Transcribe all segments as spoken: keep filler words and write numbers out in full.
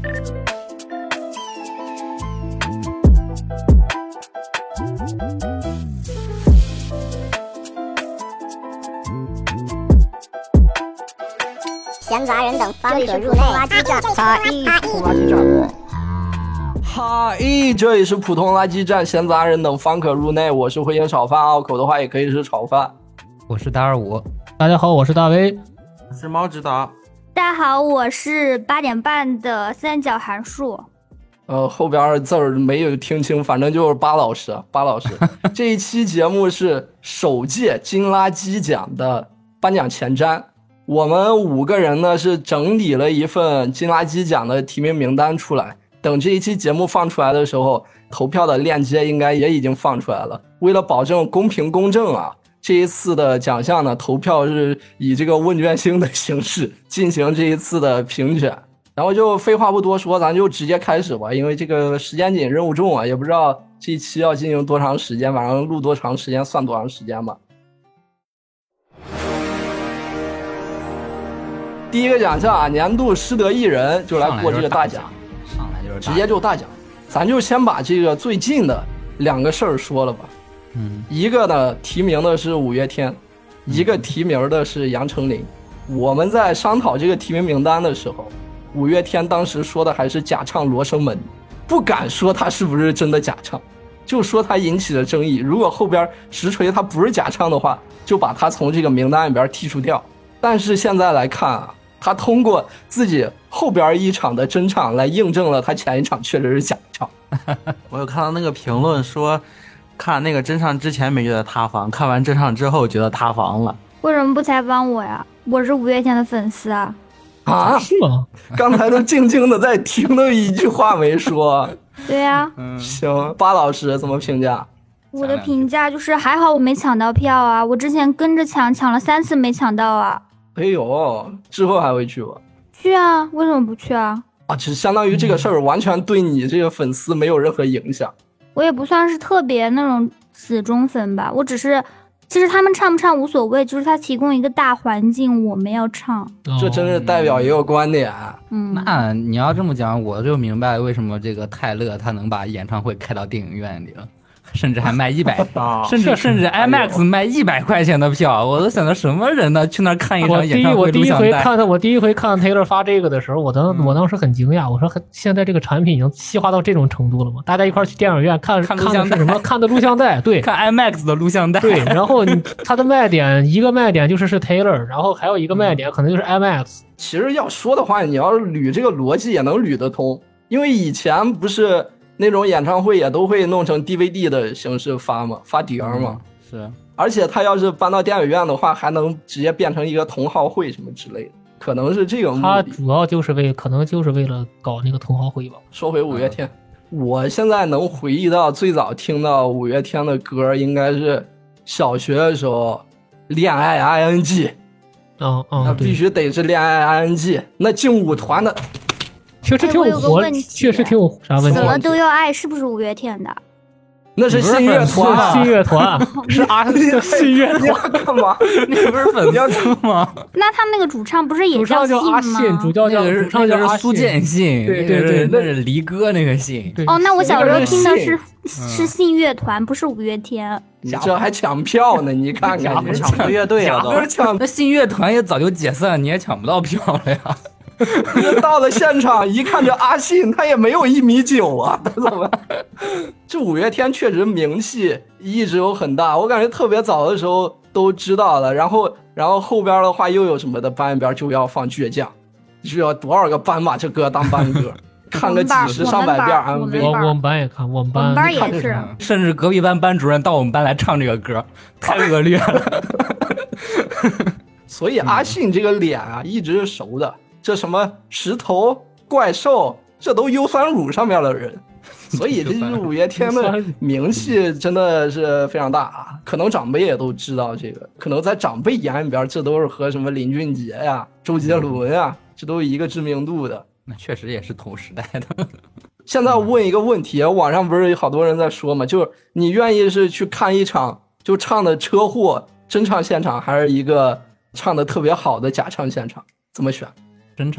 闲杂人等方可入内。垃圾站，哈一普通垃圾站。 哈咦，这里是普通垃圾站，闲杂人等方可入内。我是回营炒饭，拗口的话也可以是炒饭。 我是大二五， 大家好，我是大威， 我是猫指导。 大家好，我是八点半的三角函数。 呃，后边字儿没有听清，反正就是巴老师，巴老师。这一期节目是首届金垃圾奖的颁奖前瞻。我们五个人呢是整理了一份金垃圾奖的提名名单出来，等这一期节目放出来的时候，投票的链接应该也已经放出来了。为了保证公平公正啊，这一次的奖项呢，投票是以这个问卷星的形式进行这一次的评选。然后就废话不多说，咱就直接开始吧，因为这个时间紧任务重啊，也不知道这一期要进行多长时间，晚上录多长时间算多长时间吧。第一个奖项啊，年度失德艺人就来过这个大奖， 上来就是直接就大奖。咱就先把这个最近的两个事儿说了吧。 嗯， 一个呢提名的是五月天，一个提名的是杨丞琳。我们在商讨这个提名名单的时候，五月天当时说的还是假唱《罗生门》，不敢说他是不是真的假唱，就说他引起了争议。如果后边实锤他不是假唱的话，就把他从这个名单里边剔除掉。但是现在来看啊，他通过自己后边一场的真唱来印证了他前一场确实是假唱。 我有看到那个评论说，看那个真唱之前没觉得塌房，看完真唱之后觉得塌房了。 为什么不采访我呀？我是五月天的粉丝啊。 啊？ 是吗？ 刚才都静静的在听，都一句话没说。 对呀、啊嗯， 行，巴老师怎么评价？ 我的评价就是还好我没抢到票啊，我之前跟着抢，抢了三次没抢到啊。 哎呦，之后还会去吗？ 去啊，为什么不去啊？ 啊，只相当于这个事儿完全对你这个粉丝没有任何影响。 我也不算是特别那种死忠粉吧，我只是，其实他们唱不唱无所谓，就是他提供一个大环境，我们要唱。 这真是代表一个观点。 嗯， 那你要这么讲，我就明白为什么这个泰勒他能把演唱会开到电影院里了。甚至还卖一百，甚至甚至 IMAX 卖一百块钱的票，我都想到什么人呢？去那儿看一场演唱会录像带。 我第一回看他，我第一回看 Taylor 发这个的时候，我当我当时很惊讶，我说现在这个产品已经细化到这种程度了吗？大家一块去电影院看看看的是什么？看的录像带，对， 看 IMAX 的录像带。 对，然后它的卖点一个卖点就是是 Taylor， 然后还有一个卖点可能就是 IMAX。 其实要说的话，你要捋这个逻辑也能捋得通，因为以前不是那种演唱会也都会弄成 D V D 的形式发嘛，发碟嘛、嗯。 是， 而且他要是搬到电影院的话，还能直接变成一个同好会什么之类的，可能是这个目的。 他主要就是为，可能就是为了搞那个同好会吧。 说回五月天、嗯，我现在能回忆到最早听到五月天的歌，应该是小学的时候，恋爱 I N G。 嗯嗯， 那必须得是恋爱 I N G， 那劲舞团的。 确实挺有活力，确实挺有啥问题？ 死了都要爱是不是五月天的？ 那是信乐团， 信乐团是啊，信乐团干嘛？ 你不是粉丝吗？ 那他们那个主唱不是也叫信阿信？主叫叫主唱叫苏建信， 对对对， 那是离歌那个信。 哦，那我小时候听的是是信乐团，不是五月天。 你这还抢票呢？你看看， 你抢个乐队啊都。 抢那信乐团也早就解散，你也抢不到票了呀。 到了现场一看，这阿信他也没有一米九啊，他怎么？这五月天确实名气一直有很大，我感觉特别早的时候都知道了，然后然后后边的话又有什么的班里边就要放倔强，就要多少个班把这歌当班歌，看个几十上百遍 M V。 我我们班也看，我们班我们班也是， 甚至隔壁班班主任到我们班来唱这个歌，太恶劣了。 所以阿信这个脸啊一直是熟的。这什么石头怪兽，这都优酸乳上面的人，所以这是五月天的名气真的是非常大啊。可能长辈也都知道这个，可能在长辈眼里边，这都是和什么林俊杰呀、周杰伦呀，这都是一个知名度的。 那确实也是同时代的。 现在问一个问题，网上不是有好多人在说嘛，就是你愿意是去看一场就唱的车祸真唱现场，还是一个唱的特别好的假唱现场？怎么选？ 真唱，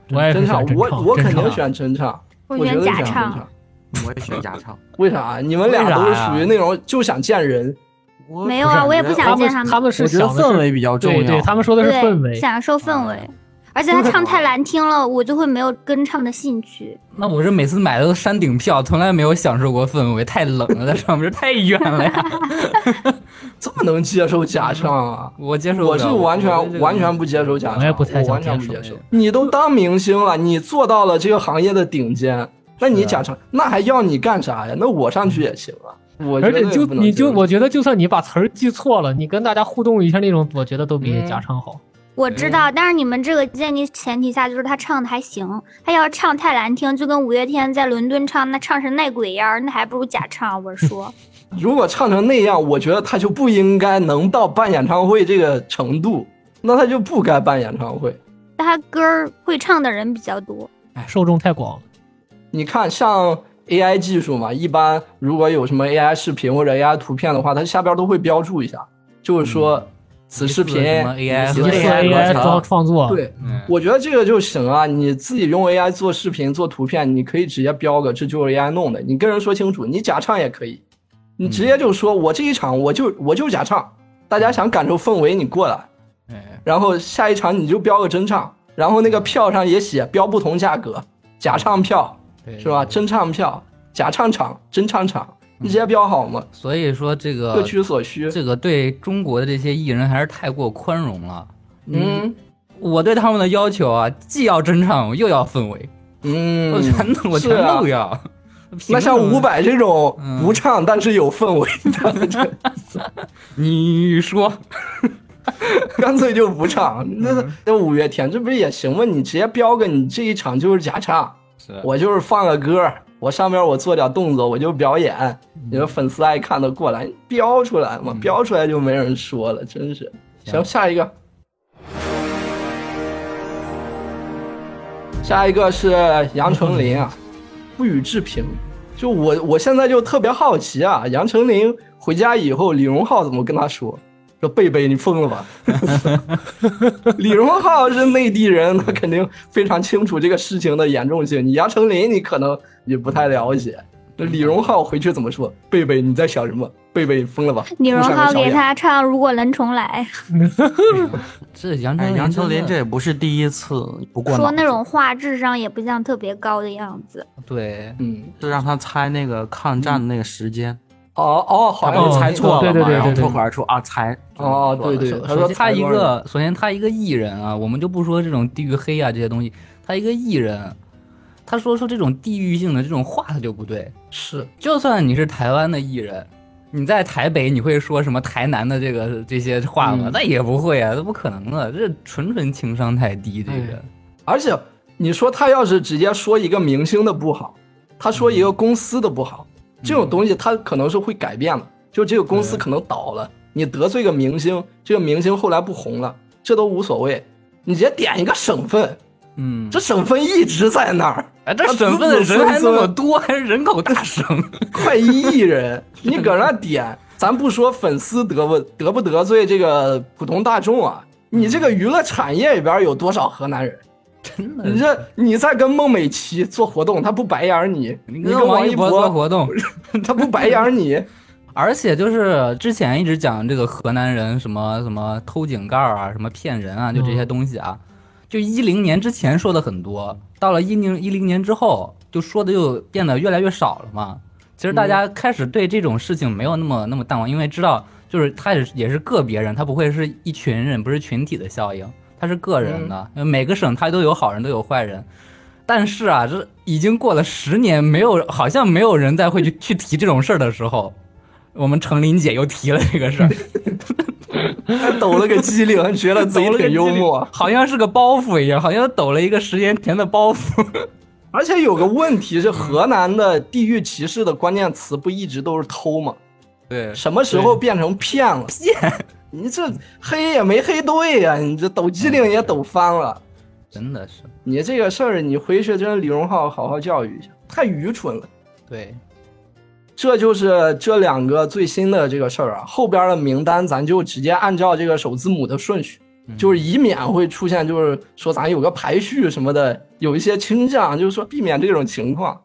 我也是真唱， 选真我唱真唱我肯定选真唱， 我选我觉得选真假唱唱。 我也选假唱。 为啥？你们俩都是为啥呀属于那种就想见人， 我没有啊，我也不想他见们。 们他们是我觉得想的是氛围比较重要。 对对，他们说的是对， 氛围。 享受氛围。而且他唱太难听了，我就会没有跟唱的兴趣。 那我这每次买的都山顶票，从来没有享受过氛围，太冷了，在上面太远了呀。 这么能接受假唱啊？ 我接受不了， 我是完全我这个完全不接受假唱， 我也不太想我完全不接受接受。你都当明星了，你做到了这个行业的顶尖，那你假唱，那还要你干啥呀？那我上去也行啊。我觉得而且就不能你就接受我觉得就算你把词儿记错了，你跟大家互动一下那种，我觉得都比嗯假唱好。 我知道，但是你们这个建议前提下就是他唱的还行，他要是唱太难听，就跟五月天在伦敦唱那唱成那鬼样儿，那还不如假唱。我说， 如果唱成那样，我觉得他就不应该能到办演唱会这个程度，那他就不该办演唱会。 他歌儿会唱的人比较多。 哎，受众太广了。 你看，像 A I 技术嘛，一般如果有什么 A I 视频或者 A I 图片的话，它下边都会标注一下，就是说。 嗯此视频什么 A I 此你说 A I 创创作， 对， 嗯我觉得这个就行啊。你自己用 A I 做视频、做图片，你可以直接标个这就是 A I 弄的，你跟人说清楚。你假唱也可以，你直接就说、嗯、我这一场我就我就假唱，大家想感受氛围你过来， 哎、 然后下一场你就标个真唱，然后那个票上也写标不同价格，假唱票是吧？真唱票、假唱场、真唱场。你直接标好吗？ 所以说这个各取所需， 这个对中国的这些艺人还是太过宽容了。 嗯， 嗯我对他们的要求啊，既要真唱又要氛围， 嗯， 我全都我全都要。 啊、那像伍佰这种不唱、 嗯、 但是有氛围的， 你说， 干脆就不唱。那那五月天这不是也行吗？你直接标个你这一场就是假唱， 是我就是放个歌。我上面我做点动作，我就表演，你的粉丝爱看的过来，标出来嘛，标出来就没人说了，真是。行，下一个，下一个是杨丞琳啊，不予置评。就我我现在就特别好奇啊，杨丞琳回家以后，李荣浩怎么跟他说？说贝贝你疯了吧？李荣浩是内地人，他肯定非常清楚这个事情的严重性。你杨丞琳你可能也不太了解。那李荣浩回去怎么说？贝贝你在想什么？贝贝你疯了吧？ 李荣浩给他唱《如果能重来》。 这杨丞琳， 杨丞琳这也不是第一次不过说那种话智商也不像特别高的样子。 对， 嗯， 就让他猜那个抗战的那个时间。 哦哦，好像猜错了嘛， 对对对对对， 然后脱口而出啊，猜哦，对对， 他说他一个，首先他一个艺人啊，我们就不说这种地域黑啊这些东西，他一个艺人，他说出这种地域性的这种话，他就不对。 是， 就算你是台湾的艺人，你在台北你会说什么台南的这个这些话吗？那、嗯、也不会啊，这不可能的，这纯纯情商太低，这个。 而且你说他要是直接说一个明星的不好，他说一个公司的不好。嗯这种东西它可能是会改变的，就这个公司可能倒了，你得罪个明星，这个明星后来不红了，这都无所谓，你直接点一个省份， 嗯， 这省份一直在那儿， 哎，这省份的人还那么多，还是人口大省， 快一亿人，你搁那点，咱不说粉丝得不得不得罪这个普通大众啊，你这个娱乐产业里边有多少河南人？ 真的， 你这你在跟孟美岐做活动，他不白眼你；你跟王一博做活动， 他不白眼你。 而且就是之前一直讲这个河南人什么什么偷井盖啊，什么骗人啊，就这些东西啊，嗯、就一零年之前说的很多，到了一零一零年之后，就说的就变得越来越少了嘛。其实大家开始对这种事情没有那么、嗯、那么淡忘，因为知道就是他也也是个别人，他不会是一群人，不是群体的效应。他是个人的，嗯、每个省他都有好人都有坏人，但是啊，这已经过了十年，没有好像没有人再会去去提这种事儿的时候，我们程琳姐又提了这个事儿， 还抖了个机灵，觉得自己挺幽默， 好像是个包袱一样，好像抖了一个十年前的包袱。 而且有个问题是，河南的地域歧视的关键词不一直都是偷吗？ 对， 什么时候变成骗了？ 骗。 你这黑也没黑对呀、啊，你这抖机灵也抖翻了， 真的是。 你这个事儿，你回去真李荣浩好好教育一下，太愚蠢了。 对， 这就是这两个最新的这个事儿啊，后边的名单咱就直接按照这个首字母的顺序就是以免会出现就是说咱有个排序什么的有一些倾向，就是说避免这种情况。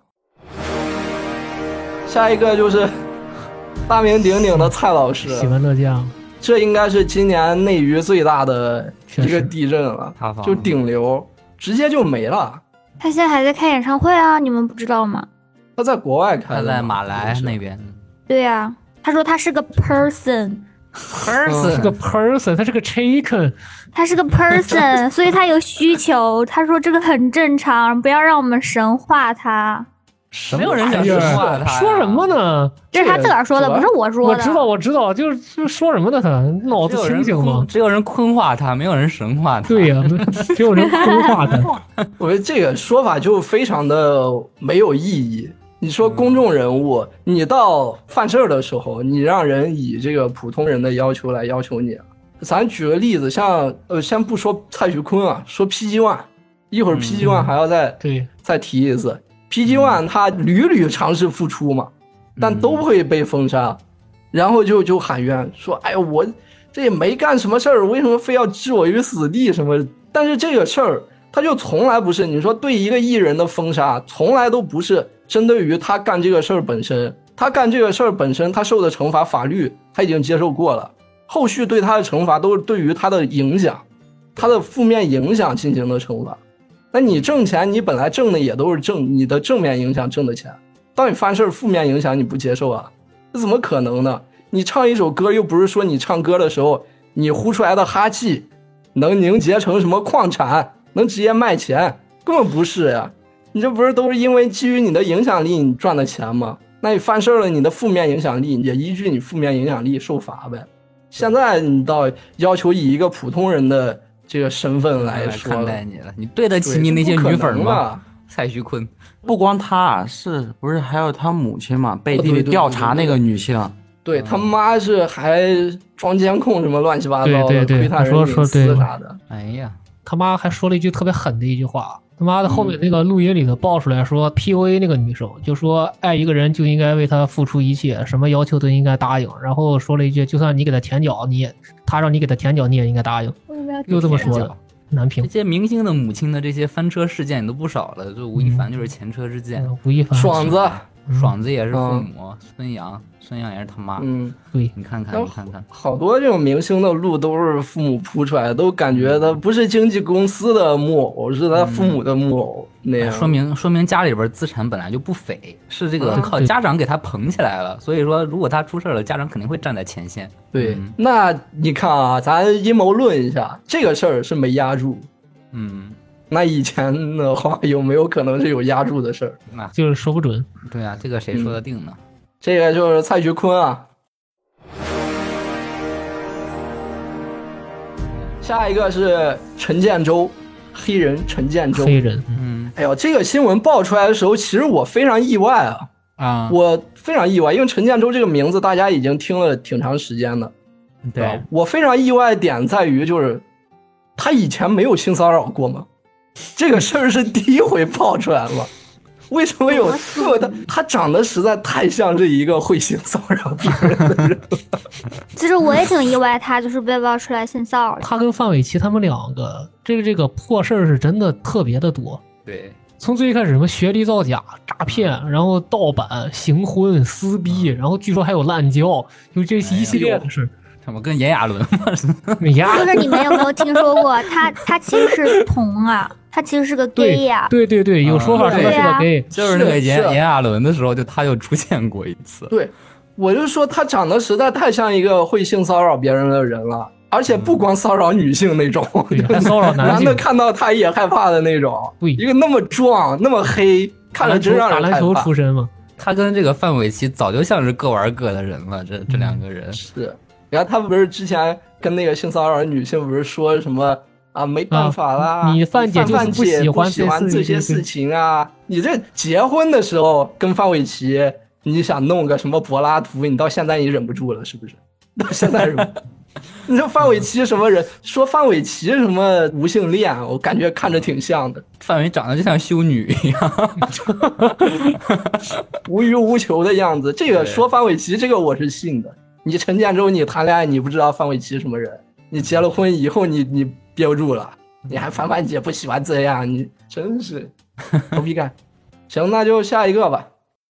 下一个就是大名鼎鼎的蔡老师， 喜闻乐见， 这应该是今年内娱最大的一个地震了，就顶流直接就没了。 他现在还在开演唱会啊，你们不知道吗？ 他在国外开的， 他在马来那边。 对呀、啊，他说他是个 person， person 是个 person， 他是个 chicken， 他是个 person， 所以他有需求。他说这个很正常，不要让我们神化他。 没有人想神化他， 说什么呢？ 这是他自个儿说的，不是我说的。 我知道，我知道，就是就说什么呢？他脑子清醒吗？ 只有人坤化他，没有人神化他。 对呀、啊，只有人坤化他。 我觉得这个说法就非常的没有意义。你说公众人物，你到犯事儿的时候，你让人以这个普通人的要求来要求你。咱举个例子，像呃，先不说蔡徐坤啊，说 P G One， 一会儿 P G One 还要再、 嗯、对再提一次。P G One 他屡屡尝试复出嘛，但都会被封杀，然后就就喊冤说：“哎呦，我这也没干什么事儿，为什么非要置我于死地什么？”但是这个事儿，他就从来不是你说对一个艺人的封杀，从来都不是针对于他干这个事儿本身。他干这个事儿本身，他受的惩罚，法律他已经接受过了，后续对他的惩罚都是对于他的影响，他的负面影响进行的惩罚。那你挣钱，你本来挣的也都是挣你的正面影响挣的钱，当你犯事负面影响你不接受啊，这怎么可能呢？你唱一首歌又不是说你唱歌的时候你呼出来的哈气能凝结成什么矿产能直接卖钱，根本不是呀。你这不是都是因为基于你的影响力你赚的钱吗？那你犯事了，你的负面影响力也依据你负面影响力受罚呗。现在你倒要求以一个普通人的这个身份来说看待你了，你对得起你那些女粉吗？蔡徐坤不光他，是不是还有他母亲嘛？背地里调查那个女性， 对, 对, 对, 对, 对他妈是还装监控什么乱七八糟的， 对对对， 窥探人隐私啥的。 哎呀， 他妈还说了一句特别狠的一句话，他妈的后面那个录音里头爆出来说 P U A 那个女生，就说爱一个人就应该为他付出一切，什么要求都应该答应，然后说了一句就算你给他舔脚，你也他让你给他舔脚你也应该答应，又这么说的。难评。 这些明星的母亲的这些翻车事件都不少了，就吴亦凡就是前车之鉴， 嗯、吴亦凡、 爽子、 嗯、 爽子也是父母，嗯、孙杨孙杨也是他妈。 嗯， 对， 你看看，你看看， 好多这种明星的路都是父母铺出来的，都感觉他不是经纪公司的木偶，是他父母的木偶、嗯、那样。 说明说明家里边资产本来就不菲，是这个靠家长给他捧起来了。所以说，如果他出事了，家长肯定会站在前线。 对，嗯、那你看啊，咱阴谋论一下，这个事儿是没压住。 嗯， 那以前的话有没有可能是有压住的事儿？ 那就是说不准。 对啊，这个谁说得定呢？ 嗯、这个就是蔡徐坤啊。下一个是陈建州，黑人陈建州。 黑人， 嗯， 哎呦，这个新闻爆出来的时候，其实我非常意外啊。 啊， 我非常意外，因为陈建州这个名字大家已经听了挺长时间了。 对、 啊，我非常意外的点在于就是他以前没有性骚扰过吗？这个事儿是第一回爆出来了。为什么有这他他长得实在太像是一个会性骚扰别人的人了。 其实我也挺意外，他就是被爆出来性骚扰。 他跟范玮琪他们两个这个这个破事儿是真的特别的多。 对， 从最开始什么学历造假、诈骗，然后盗版、行婚、撕逼，然后据说还有滥交，就这一系列的事。 怎么跟炎亚纶吗？ 就是你们有没有听说过他？他其实是同啊，他其实是个 gay 呀、啊。 对对对，有说法说他是个 gay，、 啊、就是那个炎炎亚纶的时候，就他就出现过一次。 对，我就说他长得实在太像一个会性骚扰别人的人了，而且不光骚扰女性那种， 嗯、骚扰男性， 男的看到他也害怕的那种。一个那么壮、那么黑，看着真让人害怕。 打篮球出身嘛， 他跟这个范玮琪早就像是各玩各的人了，这这两个人、 嗯、是。然后他不是之前跟那个性骚扰女性不是说什么啊没办法啦， 啊、你范姐就是不喜欢不喜欢这些事情啊，你这结婚的时候跟范玮琪你想弄个什么柏拉图，你到现在你忍不住了是不是？到现在忍不住。你说范玮琪什么人？说范玮琪什么无性恋，我感觉看着挺像的。 范玮长得就像修女一样， 无欲无求的样子。这个说范玮琪，这个我是信的。你陈建州你谈恋爱，你不知道范玮琪什么人？ 你结了婚以后你你憋不住了，你还凡凡姐不喜欢这样，你真是头皮干。行，那就下一个吧。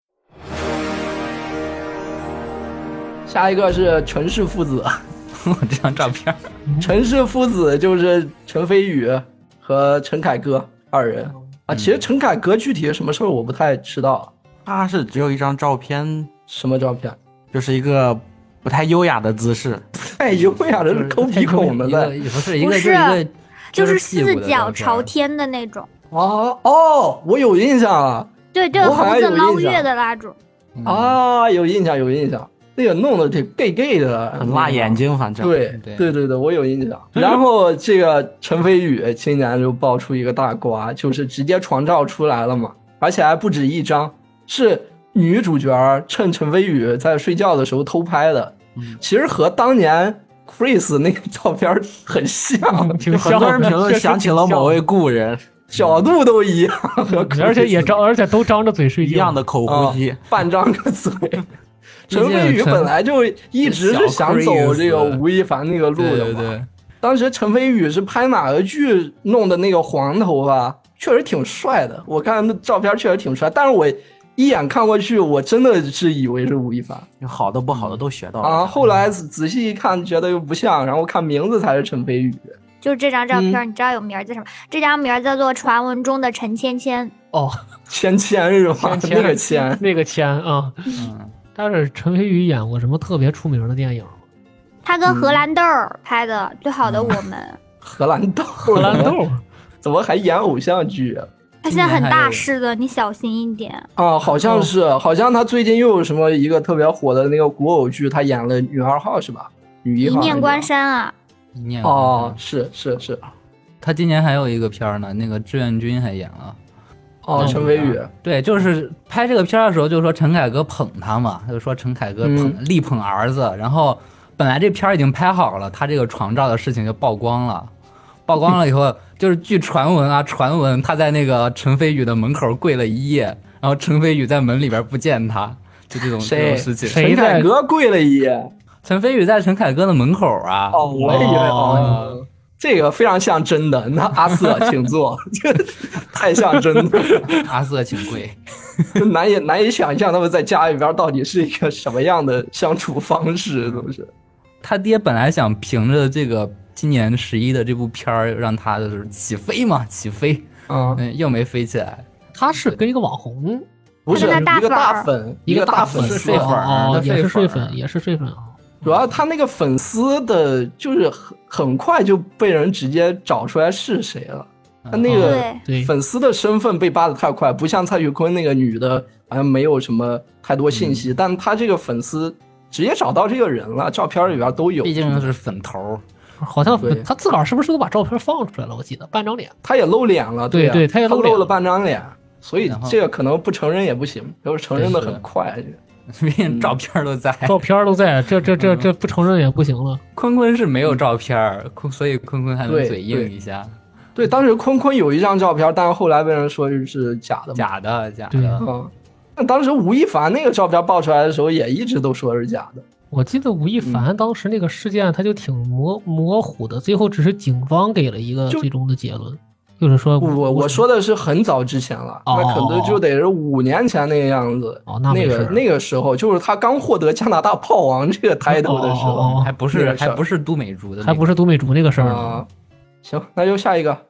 下一个是陈氏父子。 我这张照片， 陈氏父子就是陈飞宇和陈凯歌二人啊。其实陈凯歌具体什么事儿我不太知道， 他是只有一张照片， 什么照片？ 就是一个不太优雅的姿势， 太优雅的是抠鼻孔的在， 不是一个不是就是一个就是屁股四脚的照片朝天的那种。 哦哦，我有印象了对对， 我好像猴子有印象捞月的那种。 嗯啊，有印象有印象，那个弄得这 gay gay 的， 很辣眼睛，反正对对对对对，我有印象。然后这个陈飞宇今年就爆出一个大瓜，就是直接床照出来了嘛，而且还不止一张，是女主角趁陈飞宇在睡觉的时候偷拍的。 嗯、 其实和当年 Chris 那个照片很像， 挺像很多人评论想起了某位故人， 角度都一样，和而且也张，而且都张着嘴睡觉， 一样的口呼吸， 啊、半张着嘴。陈飞宇本来就一直是想走这个吴亦凡那个路的嘛。 对对对， 当时陈飞宇是拍哪个剧弄的那个黄头发，确实挺帅的。我看那照片确实挺帅，但是我一眼看过去，我真的是以为是吴亦凡。 好的不好的都学到了啊，后来仔细一看，觉得又不像，然后看名字才是陈飞宇。 就是这张照片， 嗯、 你知道有名字什么？这张名叫做传闻中的陈芊芊。 哦， 芊芊是吧？ 芊芊那个芊， 那个芊啊。 嗯。 但是陈飞宇演过什么特别出名的电影吗？ 他跟荷兰豆拍的《最好的我们》。 荷兰豆， 荷兰豆怎么还演偶像剧啊？ 他现在很大势的，你小心一点啊！好像是，哦、好像他最近又有什么一个特别火的那个古偶剧，他演了女二号是吧？女一号。 一念关山啊！ 一念哦，是是是。 他今年还有一个片儿呢，那个志愿军还演了。 哦，陈飞宇。 对，就是拍这个片儿的时候，就说陈凯歌捧他嘛，就说陈凯歌捧、嗯、力捧儿子。然后本来这片儿已经拍好了，他这个床照的事情就曝光了。曝光了以后，就是据传闻啊，传闻他在那个陈飞宇的门口跪了一夜，然后陈飞宇在门里边不见他，就这种这种事情。 陈凯歌跪了一夜， 陈飞宇在陈凯歌的门口啊。 哦，我也以为哦。嗯这个非常像真的，那阿瑟请坐，太像真的。 阿瑟请跪， 难以难以想象他们在家里边到底是一个什么样的相处方式，都是。 他爹本来想凭着这个今年十一的这部片儿，让他就是起飞嘛，起飞， 嗯， 嗯又没飞起来。 他是跟一个网红， 不是一个大粉， 一个大粉是睡粉， 哦，也是睡粉，也是睡粉啊。 主要他那个粉丝的，就是很很快就被人直接找出来是谁了。他那个粉丝的身份被扒得太快，不像蔡徐坤那个女的，好像没有什么太多信息，嗯、但他这个粉丝直接找到这个人了，照片里边都有。 毕竟是粉头， 好像他自个儿是不是都把照片放出来了？我记得半张脸， 他也露脸了， 对、 啊、 对，他也露露了半张脸，所以这个可能不承认也不行，要是承认的很快。 毕竟照片都在， 照片都在，这这这这不承认也不行了。 坤坤是没有照片，所以坤坤还能嘴硬一下。 对，当时坤坤有一张照片，但是后来被人说是假的， 假的，假的。 嗯，那当时吴亦凡那个照片爆出来的时候，也一直都说是假的。 我记得吴亦凡当时那个事件，他就挺模模糊的，最后只是警方给了一个最终的结论。就是说我我说的是很早之前了， 哦、 那可能就得是五年前那个样子。 哦，那那个那个时候，就是他刚获得加拿大炮王这个 title 的时候， 哦哦、 还不是还不是都美竹的、那個， 还不是都美竹那个事儿、 啊。行，那就下一个。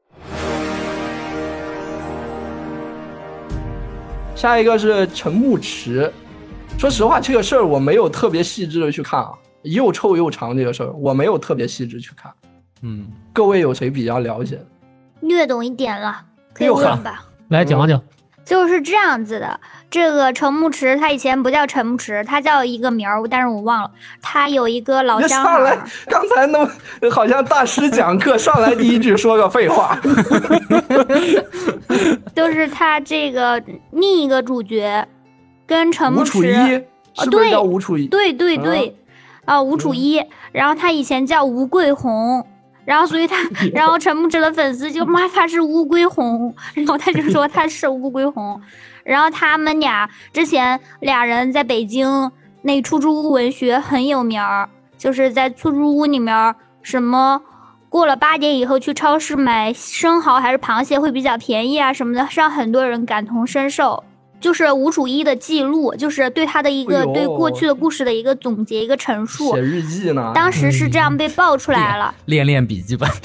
下一个是陈牧驰。说实话，这个事儿我没有特别细致的去看啊，又臭又长这个事儿我没有特别细致去看。 嗯， 各位有谁比较了解？ 略懂一点了，可以问吧？ 来讲讲。 就是这样子的，这个陈牧驰他以前不叫陈牧驰，他叫一个名儿，但是我忘了。他有一个老乡上来，刚才那么好像大师讲课，上来第一句说个废话。 就是他这个另一个主角跟陈牧驰， 吴楚一，是不是叫吴楚一？ 对对对，啊、呃，吴楚一、嗯。然后他以前叫吴桂红。然后，所以他，然后陈牧驰的粉丝就骂他是乌龟红，然后他就说他是乌龟红。然后他们俩之前俩人在北京那出租屋文学很有名儿，就是在出租屋里面什么过了八点以后去超市买生蚝还是螃蟹会比较便宜啊什么的，让很多人感同身受。就是吴楚一的记录，就是对他的一个、 哎、 对过去的故事的一个总结，一个陈述。 写日记呢？ 当时是这样被爆出来了， 练练笔记本。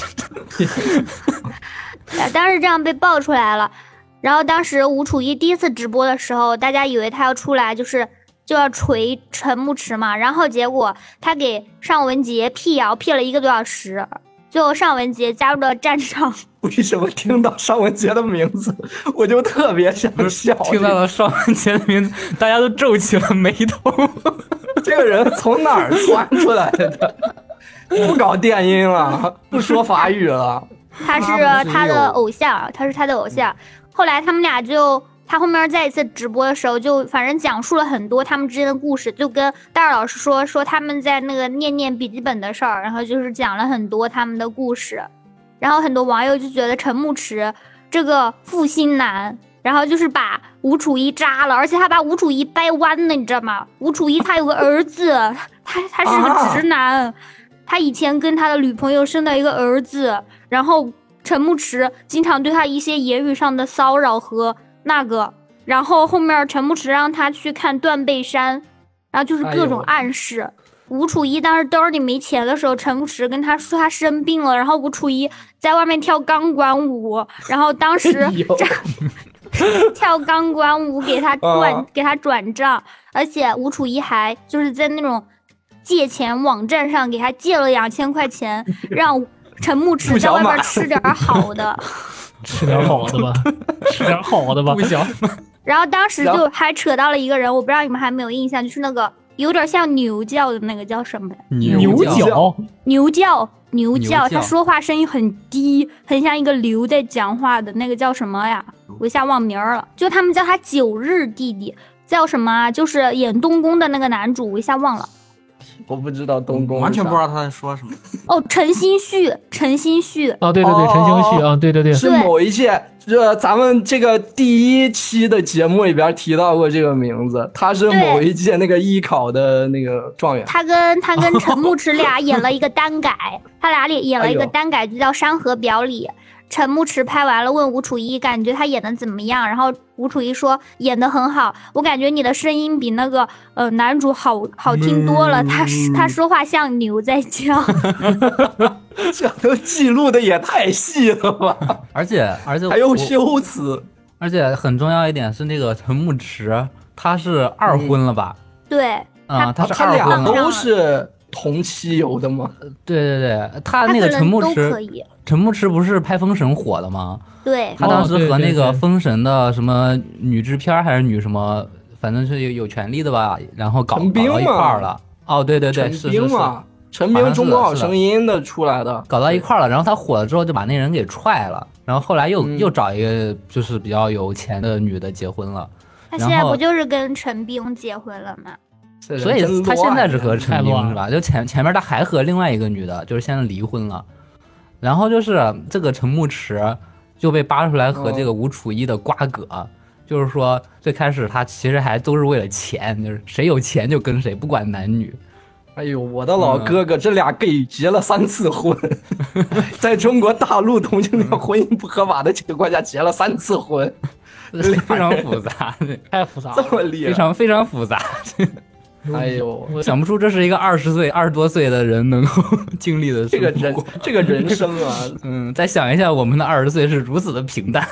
当时这样被爆出来了，然后当时吴楚一第一次直播的时候，大家以为他要出来就是就要锤陈牧驰嘛，然后结果他给尚雯婕辟谣辟了一个多小时，最后尚雯婕加入了战场。 为什么听到尚雯婕的名字我就特别想笑？ 听到了尚雯婕的名字，大家都皱起了眉头。 这个人从哪儿钻出来的？不搞电音了，不说法语了。 他是他的偶像，他是他的偶像。后来他们俩就，他后面再一次直播的时候，就反正讲述了很多他们之间的故事，就跟戴尔老师说说他们在那个念念笔记本的事儿，然后就是讲了很多他们的故事。然后很多网友就觉得陈牧驰这个负心男，然后就是把吴楚一渣了，而且他把吴楚一掰弯了，你知道吗？吴楚一他有个儿子，他他是个直男。啊，他以前跟他的女朋友生了一个儿子，然后陈牧驰经常对他一些言语上的骚扰和那个，然后后面陈牧驰让他去看断背山，然后就是各种暗示。哎，吴楚一当时兜里没钱的时候，陈牧驰跟他说他生病了，然后吴楚一在外面跳钢管舞，然后当时跳钢管舞给他转、啊、给他转账，而且吴楚一还就是在那种借钱网站上给他借了两千块钱，让陈牧驰在外边吃点好的， 吃点好的吧，吃点好的吧， 不小。 然后当时就还扯到了一个人，我不知道你们还没有印象，就是那个有点像牛叫的那个叫什么呀？ 牛叫， 牛叫，牛叫，他说话声音很低，很像一个牛在讲话的那个叫什么呀？我一下忘名了，就他们叫他九日弟弟，叫什么啊？就是演东宫的那个男主，我一下忘了。 我不知道东宫， 完全不知道他在说什么。 哦，陈星旭，陈星旭。 哦，对对对，陈星旭啊，对对对， 是某一届，这咱们这个第一期的节目里边提到过这个名字，他是某一届那个艺考的那个状元。 他跟他跟陈牧驰俩演了一个单改，他俩里演了一个单改，就叫《山河表里》。陈牧驰拍完了，问吴楚一感觉他演的怎么样，然后吴楚一说演得很好，我感觉你的声音比那个呃男主好好听多了，嗯、他他说话像牛在叫。 这都记录的也太细了吧！ 而且而且还有修辞， 而且很重要一点是那个陈牧驰他是二婚了吧？ 嗯、对， 啊、嗯，他是他二婚俩都是同期有的吗？ 对对对，他那个陈牧驰。陈牧驰不是拍《封神》火的吗？ 对， 他当时和那个《封神》的什么女制片还是女什么，反正是有有权利的吧，然后搞搞到一块儿了。哦，对对对， 陈冰嘛，陈冰《中国好声音》的出来的， 搞到一块儿了。然后他火了之后，就把那人给踹了，然后后来又、嗯、又找一个就是比较有钱的女的结婚了。 他现在不就是跟陈冰结婚了吗？ 所以他现在是和陈冰是吧？就前前面他还和另外一个女的，就是现在离婚了。然后就是这个陈牧驰就被扒出来和这个吴楚一的瓜葛、哦、就是说最开始他其实还都是为了钱，就是谁有钱就跟谁，不管男女。 哎呦，我的老哥哥，嗯、这俩 gay 结了三次婚，在中国大陆同性恋婚姻不合法的情况下结了三次婚， 非常复杂， 太复杂了， 这么厉害， 非常非常复杂。 哎呦， 我想不出这是一个二十岁、二十多岁的人能够经历的这个人这个人生啊。 嗯，再想一下，我们的二十岁是如此的平淡。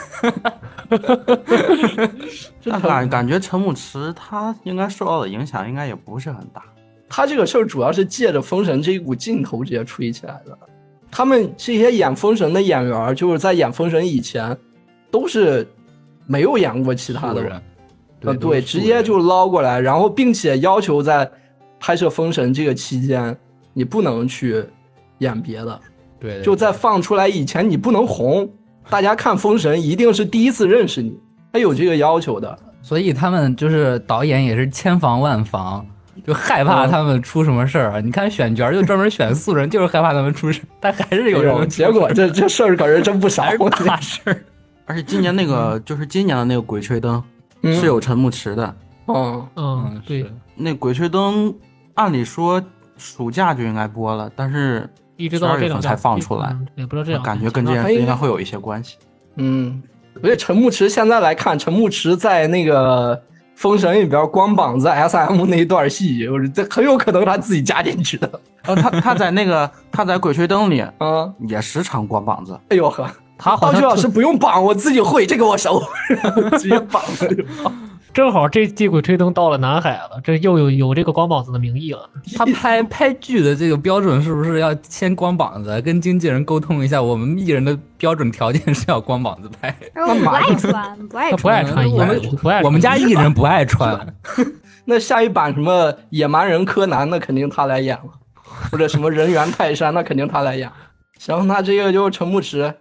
这感感觉陈牧驰他应该受到的影响应该也不是很大。 他这个事儿主要是借着《封神》这一股劲头直接吹起来的。他们这些演《封神》的演员，就是在演《封神》以前，都是没有演过其他的人。呃，对，直接就捞过来，然后并且要求在拍摄《封神》这个期间，你不能去演别的， 对, 对, 对， 就在放出来以前你不能红，大家看《封神》一定是第一次认识你，他有这个要求的。 所以他们就是导演也是千防万防，就害怕他们出什么事儿、嗯。你看选角就专门选素人，就是害怕他们出事，但还是有人、哎。 结果这这事儿可是真不少， 大事儿。 而且今年那个、嗯、就是今年的那个《鬼吹灯》。是有陈牧驰的， 嗯嗯，对， 那《鬼吹灯》按理说暑假就应该播了，但是一直到这两才放出来， 嗯、也不知道这样， 感觉跟这件事应该会有一些关系。 嗯，而且陈牧驰现在来看，陈牧驰在那个《封神》里边光膀子 S M 那一段戏，这很有可能他自己加进去的。 然后他他在那个他在《鬼吹灯》里， 嗯， 也时常光膀子。 哎呦呵， 他好像道具老师不用绑，我自己会，这个我熟，直接绑了就好。 正好这季《鬼吹灯》到了南海了，这又有有这个光膀子的名义了。 他拍拍剧的这个标准是不是要先光膀子？跟经纪人沟通一下，我们艺人的标准条件是要光膀子拍。 我不爱穿，不爱穿， 他不爱穿衣服， 我们不爱穿我们家艺人不爱穿。 那下一版什么野蛮人柯南，那肯定他来演了，或者什么人猿泰山，那肯定他来演。行，那这个就是陈牧驰。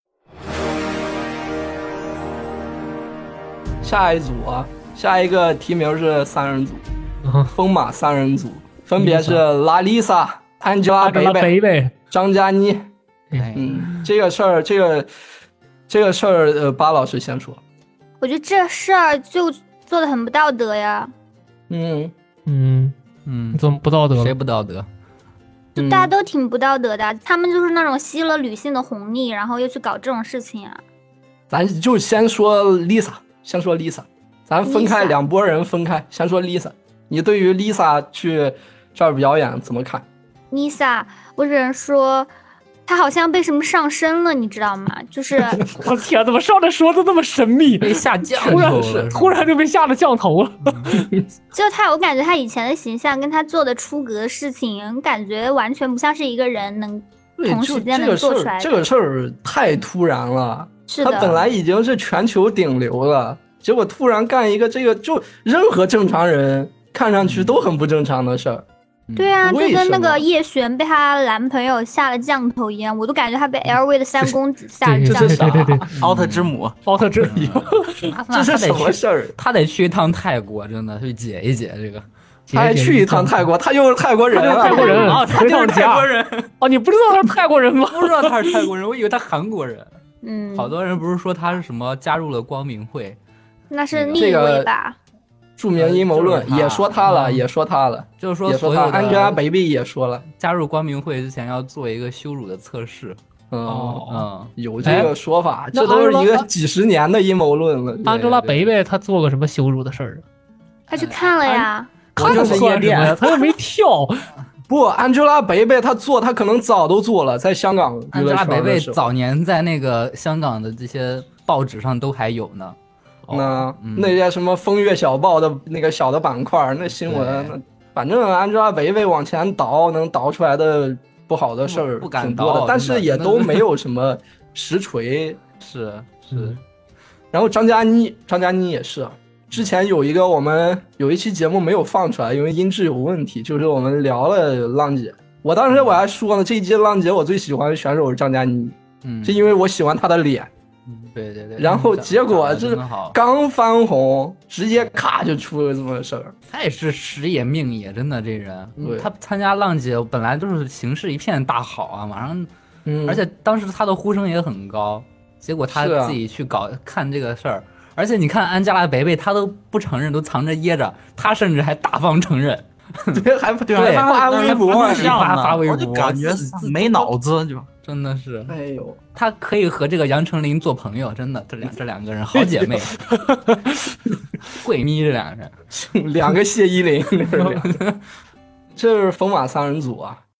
下一组啊。下一个提名是三人组，疯马三人组，分别是拉丽莎、安吉拉北北、张嘉倪。嗯，这个事儿，这个这个事儿，呃，巴老师先说。 我觉得这事儿就做的很不道德呀。 嗯嗯嗯，怎么不道德？ 谁不道德？ 就大家都挺不道德的，嗯、他们就是那种吸了女性的红利，然后又去搞这种事情啊。 咱就先说 Lisa， 先说 Lisa。咱分开两拨人分开，先说 Lisa， 你对于 Lisa 去这儿表演怎么看 ？Lisa， 我只能说，她好像被什么上身了，你知道吗？就是我天，怎么上来说的那么神秘？ 被下降头了，突然突然就被下了降头了。 就她，我感觉她以前的形象跟她做的出格的事情，感觉完全不像是一个人能同时间能做出来的。 这个事儿太突然了， 是的， 她本来已经是全球顶流了。结果突然干一个这个，就任何正常人看上去都很不正常的事儿。 对啊，就跟那个叶璇被她男朋友下了降头一样，我都感觉她被 L V 的三公子下了降头。 对对对对， 奥特之母， 奥特之母， 这是什么事儿？ 他得去一趟泰国，真的去解一解这个。 他还去一趟泰国，他又是泰国人， 泰国人啊，他就是泰国人。 哦，你不知道他是泰国人吗？ 不知道他是泰国人，我以为他韩国人。 嗯， 好多人不是说他是什么加入了光明会。 那是另一位吧？ 著名阴谋论也说他了，也说他了， 就是说所有的 Angelababy 也说了， 加入光明会之前要做一个羞辱的测试。 嗯嗯， 有这个说法，这都是一个几十年的阴谋论了。 Angelababy 她做过什么羞辱的事儿？ 她去看了呀， 看了夜店，她又没跳。 不 ，Angelababy 她做，她可能早都做了，在香港。 Angelababy 早年在那个香港的这些报纸上都还有呢。 那、嗯、那些什么风月小报的那个小的板块，那新闻，那反正Angelababy往前倒，能倒出来的不好的事儿挺多的，但是也都没有什么实锤。 是是、嗯。 然后张嘉倪，张嘉倪也是，之前有一个我们有一期节目没有放出来，因为音质有问题，就是我们聊了浪姐。我当时我还说呢，这一季浪姐我最喜欢的选手是张嘉倪，嗯，是因为我喜欢她的脸。 对对对， 然后结果这刚翻红，直接咔就出了这么事儿。 他也是时也命也，真的这人。 对， 他参加浪姐本来就是形势一片大好啊，马上， 嗯， 而且当时他的呼声也很高，结果他自己去搞、啊、看这个事儿，而且你看安加拉北北，他都不承认，都藏着掖着，他甚至还大方承认。 对，还对还发微博， 发发微博， 我就感觉没脑子就。 真的是， 哎呦， 他可以和这个杨丞琳做朋友，真的，这两这两个人好姐妹，闺蜜这两个人， 两个谢依霖，这是疯马三人组啊。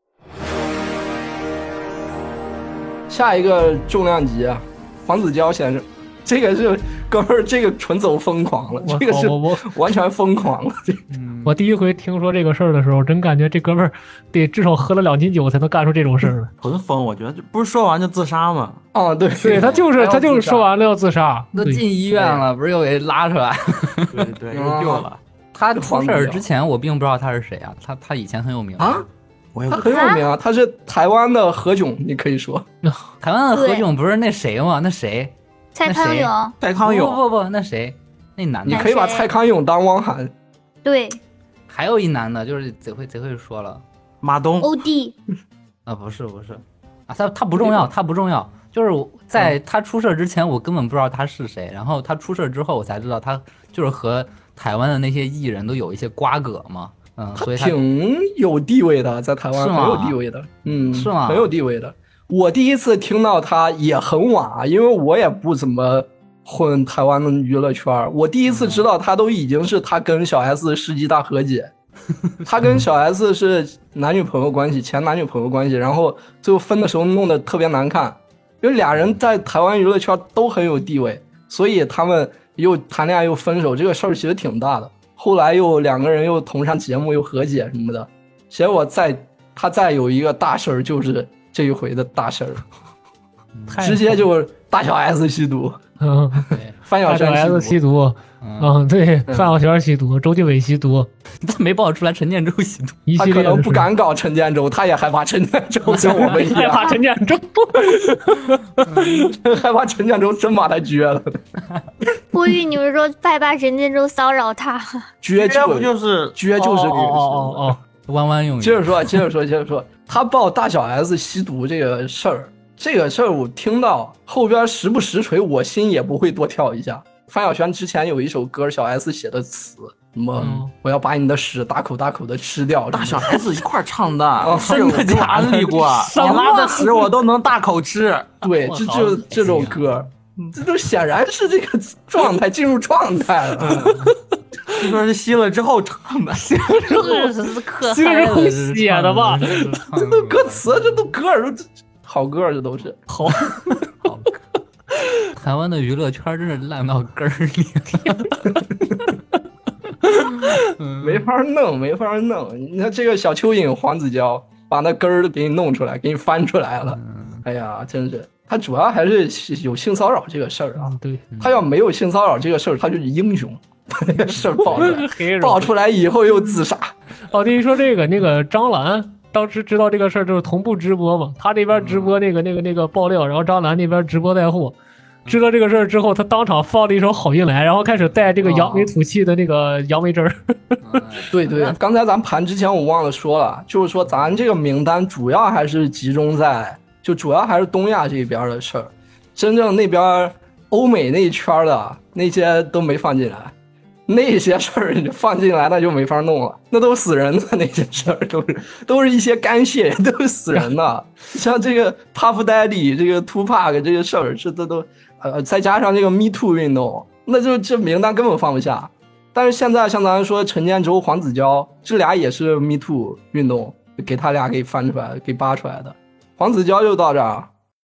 下一个重量级啊，黄子佼先生，这个是哥们儿，这个纯走疯狂了，这个是完全疯狂了。 嗯、我第一回听说这个事儿的时候，真感觉这哥们儿得至少喝了两斤酒才能干出这种事儿来。 纯疯，我觉得不是说完就自杀吗？ 哦，对对，他就是他就是说完了要自杀， 都进医院了，不是又给拉出来？ 对对，又救了。 他出事儿之前，我并不知道他是谁啊，他他以前很有名啊。他很有名啊，他是台湾的何炅，你可以说。 台湾的何炅不是那谁吗？那谁？ 蔡康永。 蔡康永。 不不不，那谁？那男的。 你可以把蔡康永当汪涵。 对。 还有一男的，就是贼会贼会说了， 马东。 欧弟。 啊，不是不是，啊，他他不重要，他不重要。就是在他出事之前，我根本不知道他是谁，然后他出事之后，我才知道他就是和台湾的那些艺人都有一些瓜葛嘛。 嗯， 他所以他挺有地位的，在台湾很是吗有地位的，嗯， 是吗很有地位的。我第一次听到他也很晚啊，因为我也不怎么混台湾的娱乐圈，我第一次知道他都已经是他跟小 S 世纪大和解。他跟小 S 是男女朋友关系，前男女朋友关系，然后最后分的时候弄得特别难看，因为俩人在台湾娱乐圈都很有地位，所以他们又谈恋爱又分手，这个事儿其实挺大的。后来又两个人又同上节目又和解什么的，结果再他再有一个大事儿，就是这一回的大事儿，直接就是大小 S 吸毒， 嗯， 范晓萱大小 S 吸毒， 毒，嗯，对，范晓萱吸毒，周俊伟吸毒， 他没爆出来陈建州吸毒， 一系列的他可能不事敢搞陈建州，他也害怕陈建州像我们一样， 害怕陈建州， 害怕陈建州真把他撅了， 我以为你们说害怕陈建州骚扰他， 撅这不就就是撅就是这个哦哦哦哦， 弯弯用语。 接着说，接着说，接着说，他爆大小 S 吸毒这个事儿，这个事儿我听到后边实不实锤，我心也不会多跳一下。范晓萱之前有一首歌，小 S 写的词，什么、 嗯、 我要把你的屎大口大口的吃掉， 大小 S 一块唱的， 哦真的就安利过，你拉的屎我都能大口吃。 对，这就这种歌，这都显然是这个状态进入状态了。 就说是吸了之后唱的， 这是可这是会写的吧？ 这都歌词，这都歌儿，这好歌儿，这都是好。 好歌。台湾的娱乐圈真是烂到根儿里了， 没法弄，没法弄。你看这个小蚯蚓黄子佼把那根儿都给你弄出来，给你翻出来了。哎呀，真是，他主要还是有性骚扰这个事儿啊。 对， 他要没有性骚扰这个事儿，他就是英雄。把那个事儿爆出来，爆出来以后又自杀。 哦，对，一说这个，那个张兰当时知道这个事儿就是同步直播嘛，他这边直播那个那个那个爆料，然后张兰那边直播带货。知道这个事儿之后，他当场放了一首《好运来》，然后开始带这个扬眉吐气的那个杨梅汁儿。 对对，刚才咱盘之前我忘了说了，就是说咱这个名单主要还是集中在，就主要还是东亚这边的事儿，真正那边欧美那一圈的那些都没放进来。那些事儿你放进来那就没法弄了，那都死人的，那些事儿都是都是一些干血，都是死人的。像这个 Puff Daddy 这个 Tupac 这个事儿，这都都呃再加上这个 Me Too 运动，那就这名单根本放不下。但是现在像咱说陈建州、黄子佼这俩也是 Me Too 运动给他俩给翻出来、给扒出来的。黄子佼就到这儿，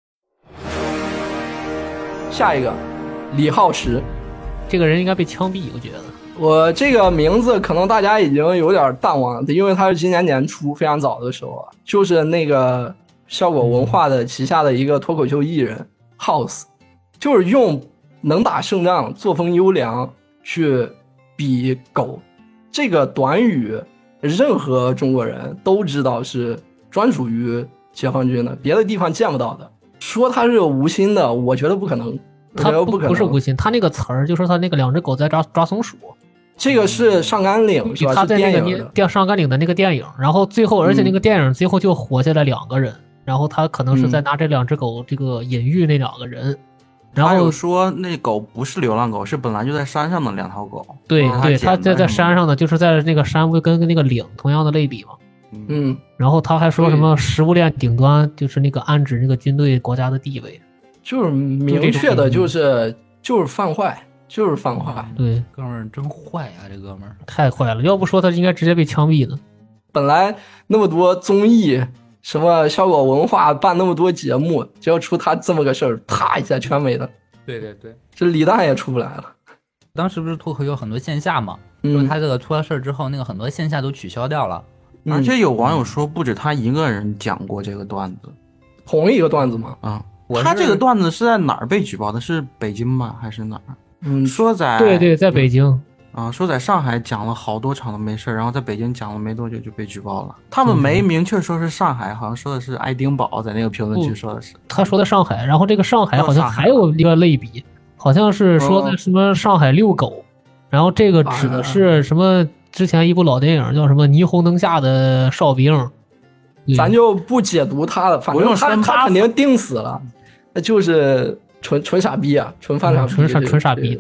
下一个李浩石。 这个人应该被枪毙，我觉得。 我这个名字可能大家已经有点淡忘了，因为他是今年年初非常早的时候啊，就是那个效果文化的旗下的一个脱口秀艺人 House， 就是用能打胜仗、作风优良去比狗这个短语，任何中国人都知道是专属于解放军的，别的地方见不到的。说他是无心的，我觉得不可能。 他不不不是无心，他那个词儿就说他那个两只狗在抓抓松鼠， 这个是上甘岭是吧？ 他在那个电电上甘岭的那个电影，然后最后而且那个电影最后就活下来两个人，嗯、然后他可能是在拿这两只狗这个隐喻那两个人，然后还有说那狗不是流浪狗，是本来就在山上的两条狗。 对、 嗯、 对，他在在山上的，就是在那个山不跟那个岭同样的类比嘛。 嗯， 然后他还说什么食物链顶端就是那个暗指那个军队国家的地位。 就是明确的，就是就是犯坏，就是犯坏。 对， 哥们儿真坏啊，这哥们儿太坏了。要不说他应该直接被枪毙的。 本来那么多综艺，什么效果文化办那么多节目，只要出他这么个事儿，啪一下全没了。 对对对， 这李诞也出不来了。 当时不是脱口秀很多线下嘛， 嗯、 就是他这个出了事儿之后，那个很多线下都取消掉了。 嗯、 而且有网友说，不止他一个人讲过这个段子， 同一个段子吗？ 啊。他这个段子是在哪儿被举报的？是北京吗？还是哪儿？ 嗯， 说在对对，在北京啊，说在上海讲了好多场都没事，然后在北京讲了没多久就被举报了。他们没明确说是上海，好像说的是爱丁堡，在那个评论区说的是。 他说的上海，然后这个上海好像还有一个类比，好像是说的什么上海遛狗，然后这个指的是什么？之前一部老电影叫什么《霓虹灯下的哨兵》。 咱就不解读他了，反正他他肯定定死了，那就是纯纯傻逼啊，纯犯傻逼， 纯傻纯傻逼，对。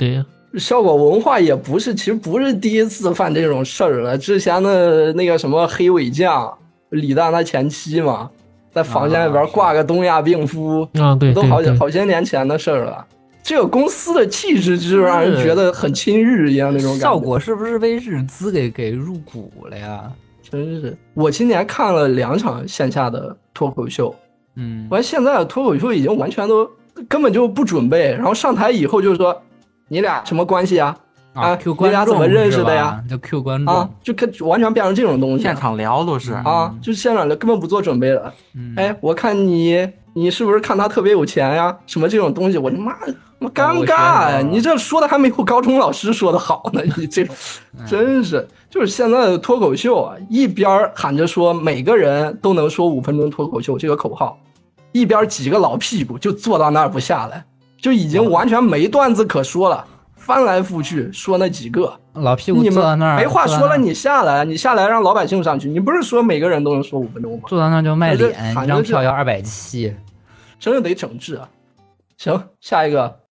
效果文化也不是，其实不是第一次犯这种事儿了。之前的那个什么黑尾将李诞他前妻嘛，在房间里边挂个东亚病夫， 啊，对， 都好对对好些年前的事儿了。这个公司的气质就让人觉得很亲日一样那种感觉。 效果是不是被日资给给入股了呀？ 真是，我今年看了两场线下的脱口秀， 嗯， 完现在的脱口秀已经完全都根本就不准备，然后上台以后就说你俩什么关系啊？ 啊，Q 观众你俩怎么认识的呀？ 就 Q 观众啊，就跟完全变成这种东西， 现场聊都是啊，就现场聊根本不做准备了。 嗯、 哎，我看你你是不是看他特别有钱呀？什么这种东西，我他妈他妈尴尬呀！你这说的还没有高中老师说的好呢，你这种真是就是现在的脱口秀啊，一边喊着说每个人都能说五分钟脱口秀这个口号，一边几个老屁股就坐到那儿不下来，就已经完全没段子可说了，翻来覆去说那几个老屁股坐到那儿没话说了，你下来，你下来让老百姓上去，你不是说每个人都能说五分钟吗？ 坐到那儿就卖脸，一张票要二百七， 真的得整治啊！行，下一个，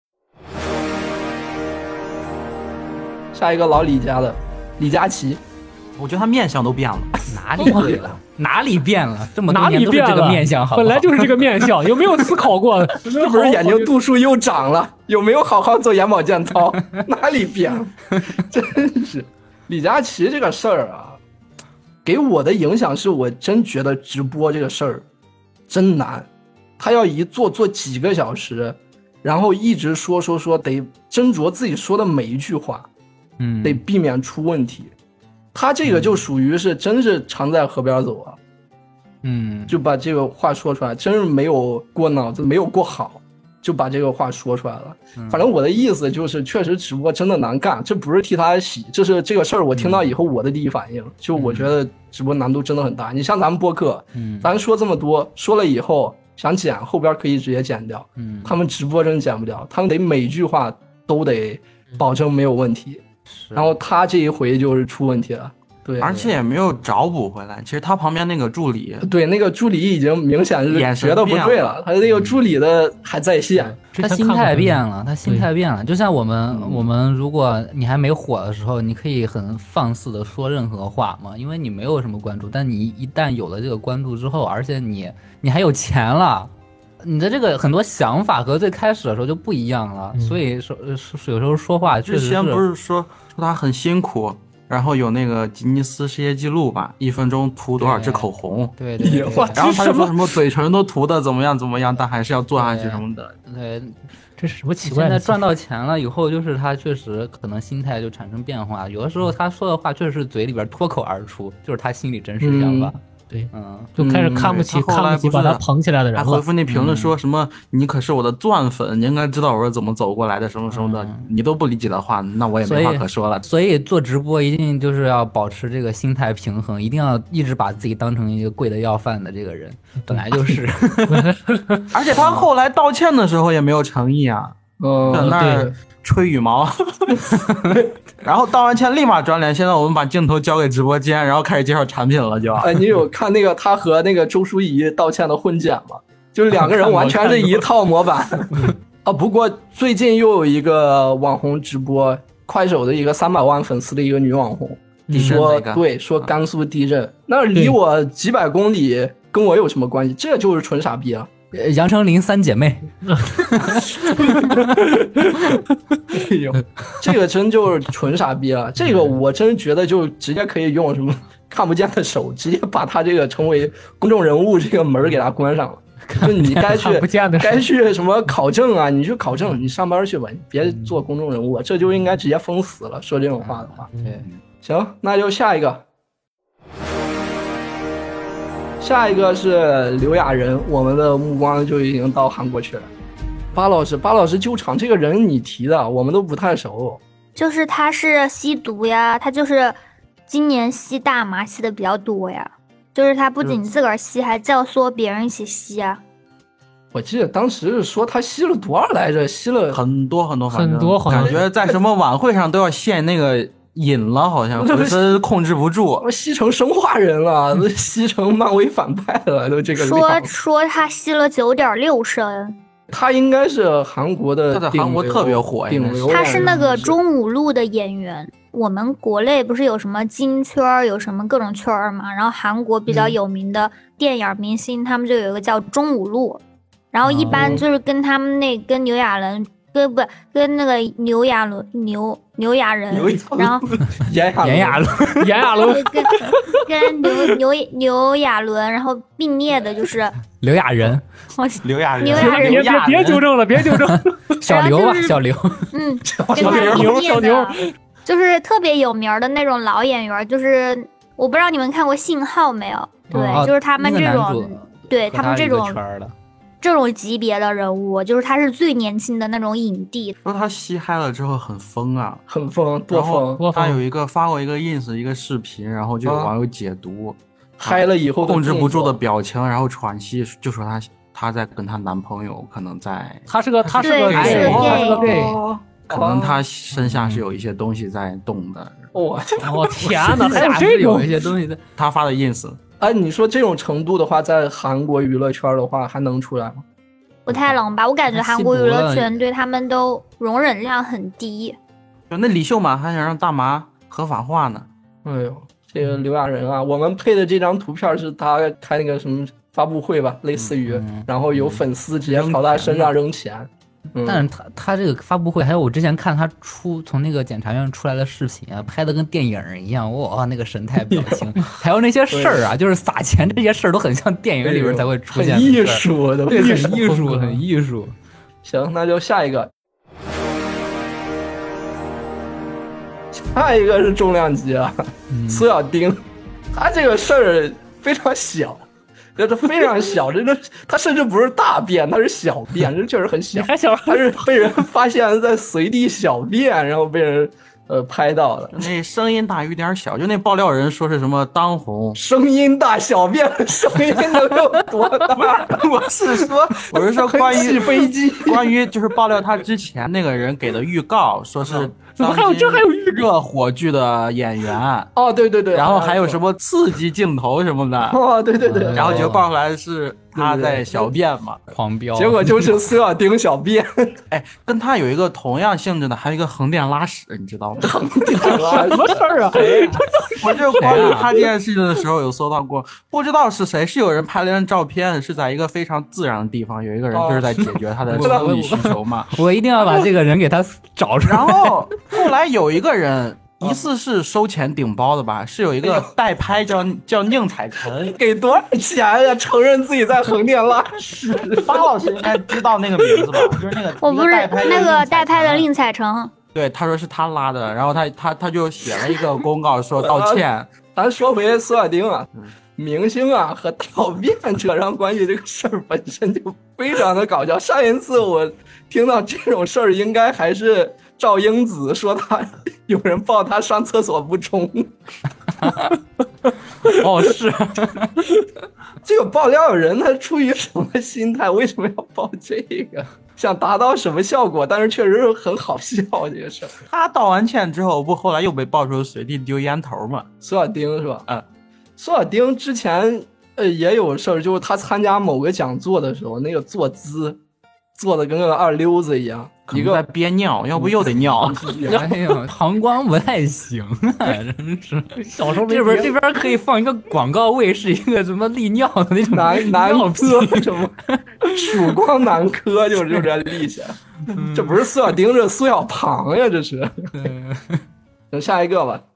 下一个老李家的李佳琦， 我觉得他面相都变了， 哪里变了？哪里变了？这么多哪里变了？ 这个面相好不好， 本来就是这个面相，有没有思考过？ 是不是眼睛度数又长了？有没有好好做眼保健操？哪里变了？真是，李佳琦这个事儿啊，给我的影响是我真觉得直播这个事儿真难。他要一做做几个小时，然后一直说说说，得斟酌自己说的每一句话， 嗯， 得避免出问题。他这个就属于是真是常在河边走啊， 嗯， 就把这个话说出来，真是没有过脑子，没有过好，就把这个话说出来了。 嗯、 反正我的意思就是，确实直播真的难干，这不是替他洗，这是这个事儿我听到以后我的第一反应，嗯、就我觉得直播难度真的很大。你像咱们播客， 嗯， 咱说这么多，说了以后想剪，后边可以直接剪掉， 嗯， 他们直播真剪不掉，他们得每句话都得保证没有问题。然后他这一回就是出问题了，对， 而且也没有找补回来。其实他旁边那个助理， 对，那个助理已经明显是觉得不对了，他那个助理的还在线， 他心态变了，他心态变了。就像我们，我们如果你还没火的时候，你可以很放肆的说任何话嘛，因为你没有什么关注。但你一旦有了这个关注之后，而且你你还有钱了。你的这个很多想法和最开始的时候就不一样了，嗯、所以说有时候说话确实是。 之前不是说说他很辛苦，然后有那个吉尼斯世界纪录吧，一分钟涂多少支口红？ 对对 对, 对, 对。 然后他就说什么嘴唇都涂的怎么样怎么样，但还是要做下去什么的。 对，对这是什么奇怪的？ 现在赚到钱了以后，就是他确实可能心态就产生变化，有的时候他说的话确实是嘴里边脱口而出，就是他心里真实想法。 嗯对， 嗯， 就开始看不起、嗯、看不起把他捧起来的人了。 还回复那评论说什么、嗯、你可是我的钻粉，你应该知道我是怎么走过来的，什么什么的、嗯、你都不理解的话，那我也没话可说了。 所以, 所以做直播一定就是要保持这个心态平衡，一定要一直把自己当成一个贵的要饭的这个人，本来就是而且他后来道歉的时候也没有诚意啊， 嗯， 在那儿吹羽毛然后道完歉立马转脸，现在我们把镜头交给直播间，然后开始介绍产品了就。 哎，你有看那个他和那个周淑怡道歉的混剪吗？就是两个人完全是一套模板啊。不过最近又有一个网红直播，快手的一个三百万粉丝的一个女网红，说对说甘肃地震，那离我几百公里，跟我有什么关系？这就是纯傻逼啊！ 杨丞琳三姐妹哎呦，这个真就是纯傻逼了。这个我真觉得就直接可以用什么看不见的手，直接把他这个成为公众人物这个门给他关上了。就你该去该去什么考证啊，你去考证，你上班去吧，你别做公众人物，这就应该直接封死了。说这种话的话， 对， 行，那就下一个。下一个是刘亚仁，我们的目光就已经到韩国去了。巴老师，巴老师救场这个人你提的，我们都不太熟。 就是他是吸毒呀，他就是今年吸大麻吸的比较多呀，就是他不仅自个儿吸，还教唆别人一起吸啊。 我记得当时说他吸了多少来着，吸了很多很多， 很多， 感觉在什么晚会上都要献那个。瘾了好像本身控制不住， 我吸成生化人了，都吸成漫威反派了，都这个说说他吸了九点六升， 他应该是韩国的， 他在韩国特别火， 顶流。 他是那个中五路的演员。我们国内不是有什么金圈，有什么各种圈嘛？然后韩国比较有名的电影明星，嗯、他们就有一个叫中五路，然后一般就是跟他们那跟刘亚仁。跟不跟那个牛亚伦牛牛亚人，然后炎亚伦炎亚伦跟跟牛牛牛亚伦，然后并列的就是刘亚仁， 刘亚仁， 牛亚人， 别别别纠正了，别纠正， 小刘吧，小刘， 嗯， 小刘小刘， 就是特别有名的那种老演员，就是我不知道你们看过《信号》没有？对， 哦、 就是他们这种， 那个、 对他们这种。 这种级别的人物，就是他是最年轻的那种影帝。 说他吸嗨了之后很疯啊， 很疯，多疯！ 他有一个发过一个 ins 一个视频，然后就有网友解读， 嗨、啊、了以后控制不住的表情，然后喘息，就说他他在跟她男朋友可能在， 他是个他是个 gay， 他是个 gay， 可能他身下是有一些东西在动的。 我我天哪，还有这这种有一些东西的。 他发的 ins。 哎，你说这种程度的话，在韩国娱乐圈的话，还能出来吗？ 不太能吧，我感觉韩国娱乐圈对他们都容忍量很低。 那李秀满还想让大麻合法化呢。 哎呦，这个刘亚仁啊，我们配的这张图片是他开那个什么发布会吧，类似于，嗯、然后有粉丝直接朝他身上扔钱。 嗯、但是他他这个发布会，还有我之前看他出从那个检察院出来的视频啊，拍的跟电影一样，哇，那个神态表情，还有那些事儿啊，就是撒钱这些事儿都很像电影里边才会出现的， 很艺术的， 对，很艺术，很艺术。 行，那就下一个，下一个是重量级啊，嗯、苏小丁，他这个事儿非常小。这是非常小，这个他甚至不是大便，他是小便，这确实很小。 还小， 他是被人发现在随地小便，然后被人呃拍到了。 那声音大有点小，就那爆料人说是什么当红， 声音大，小便声音能有多大？ 我是说，我是说关于飞机， 关于就是爆料他之前那个人给的预告，说是。 怎么还有这还有热火剧的演员哦，对对对， 然后还有什么刺激镜头什么的哦，对对对， 然后就爆出来是他在小便嘛， 狂飙， 结果就是苏小丁小便。 哎，跟他有一个同样性质的，还有一个横店拉屎，你知道吗？ 横店拉屎什么事儿啊？ 我就关于他这件事情的时候有搜到过，不知道是谁，是有人拍了张照片，是在一个非常自然的地方，有一个人就是在解决他的生理需求嘛。 我一定要把这个人给他找出来。 然后后来有一个人。疑似是收钱顶包的吧？是有一个代拍叫叫宁采臣， 给多少钱呀？承认自己在横店拉屎。 巴老师应该知道那个名字吧？就是那个我不是那个代拍的宁采臣。 对，他说是他拉的，然后他他他就写了一个公告说道歉。 咱说回苏小丁啊，明星啊和大便扯上关系这个事儿本身就非常的搞笑。上一次我听到这种事儿，应该还是赵英子说他有人抱他上厕所不冲。 哦，是这个爆料人他出于什么心态？为什么要爆这个？想达到什么效果？但是确实很好笑这个事儿。 他道完歉之后，不后来又被爆出随地丢烟头嘛？ 苏小丁是吧？ 嗯， 苏小丁之前呃也有事儿，就是他参加某个讲座的时候，那个坐姿坐的跟个二溜子一样， 一个在憋尿，要不又得尿。 哎呦，膀胱不太行啊，真是。 小时候这边这边可以放一个广告位，是一个什么利尿的那种男男科什么曙光男科，就就这立起来。这不是苏小丁，这苏小庞呀，这是。等下一个吧。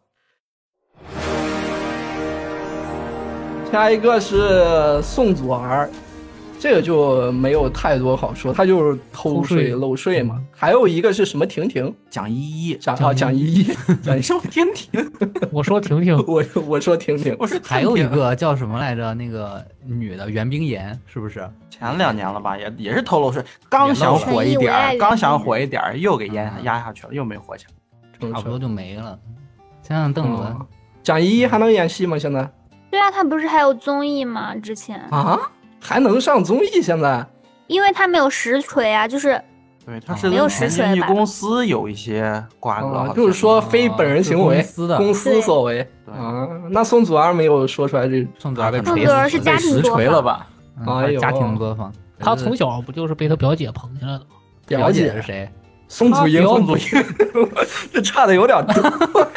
下一个是宋祖儿。这个就没有太多好说，他就是偷税漏税嘛。还有一个是什么婷婷， 蒋依依， 蒋啊蒋依依， 你说婷婷， 我说婷婷， 我我说婷婷， 我说还有一个叫什么来着？那个女的袁冰妍是不是？ 前两年了吧，也也是偷漏税，刚想火一点，刚想火一点，又给压压下去了，又没火起来，差不多就没了。想想邓伦， 嗯、蒋依依还能演戏吗？现在？ 对啊，她不是还有综艺吗？之前啊。还能上综艺？现在， 因为他没有实锤啊，就是对，他是没有实锤吧？ 公司有一些挂钩、 哦，就是说非本人行为， 公司的公司所为啊。那宋祖儿没有说出来这， 宋祖儿被宋祖儿是家庭实锤了吧？ 哎呦，家庭播放。 他从小不就是被他表姐捧起来的吗？ 表姐是谁？ 宋祖英，宋祖英，这差的有点多。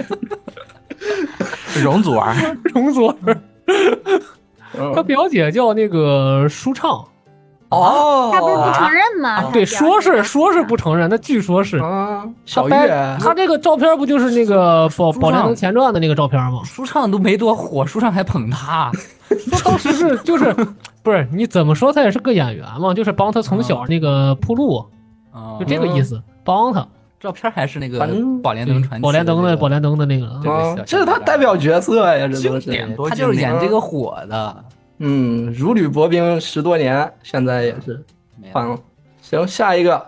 容祖儿， 容祖儿，他表姐叫那个舒畅。 哦， 他不是不承认吗？ 对，说是说是不承认，那据说是啊。小月，他这个照片不就是那个宝宝莲灯前传的那个照片吗？ 舒畅都没多火，舒畅还捧他， 说当时是就是不是你怎么说他也是个演员嘛，就是帮他从小那个铺路，就这个意思，帮他。 照片还是那个宝莲灯传奇， 宝莲灯的宝莲灯的那个， 啊，这是他代表角色呀，这都是他就是演这个火的。 嗯，如履薄冰十多年，现在也是换了。行，下一个，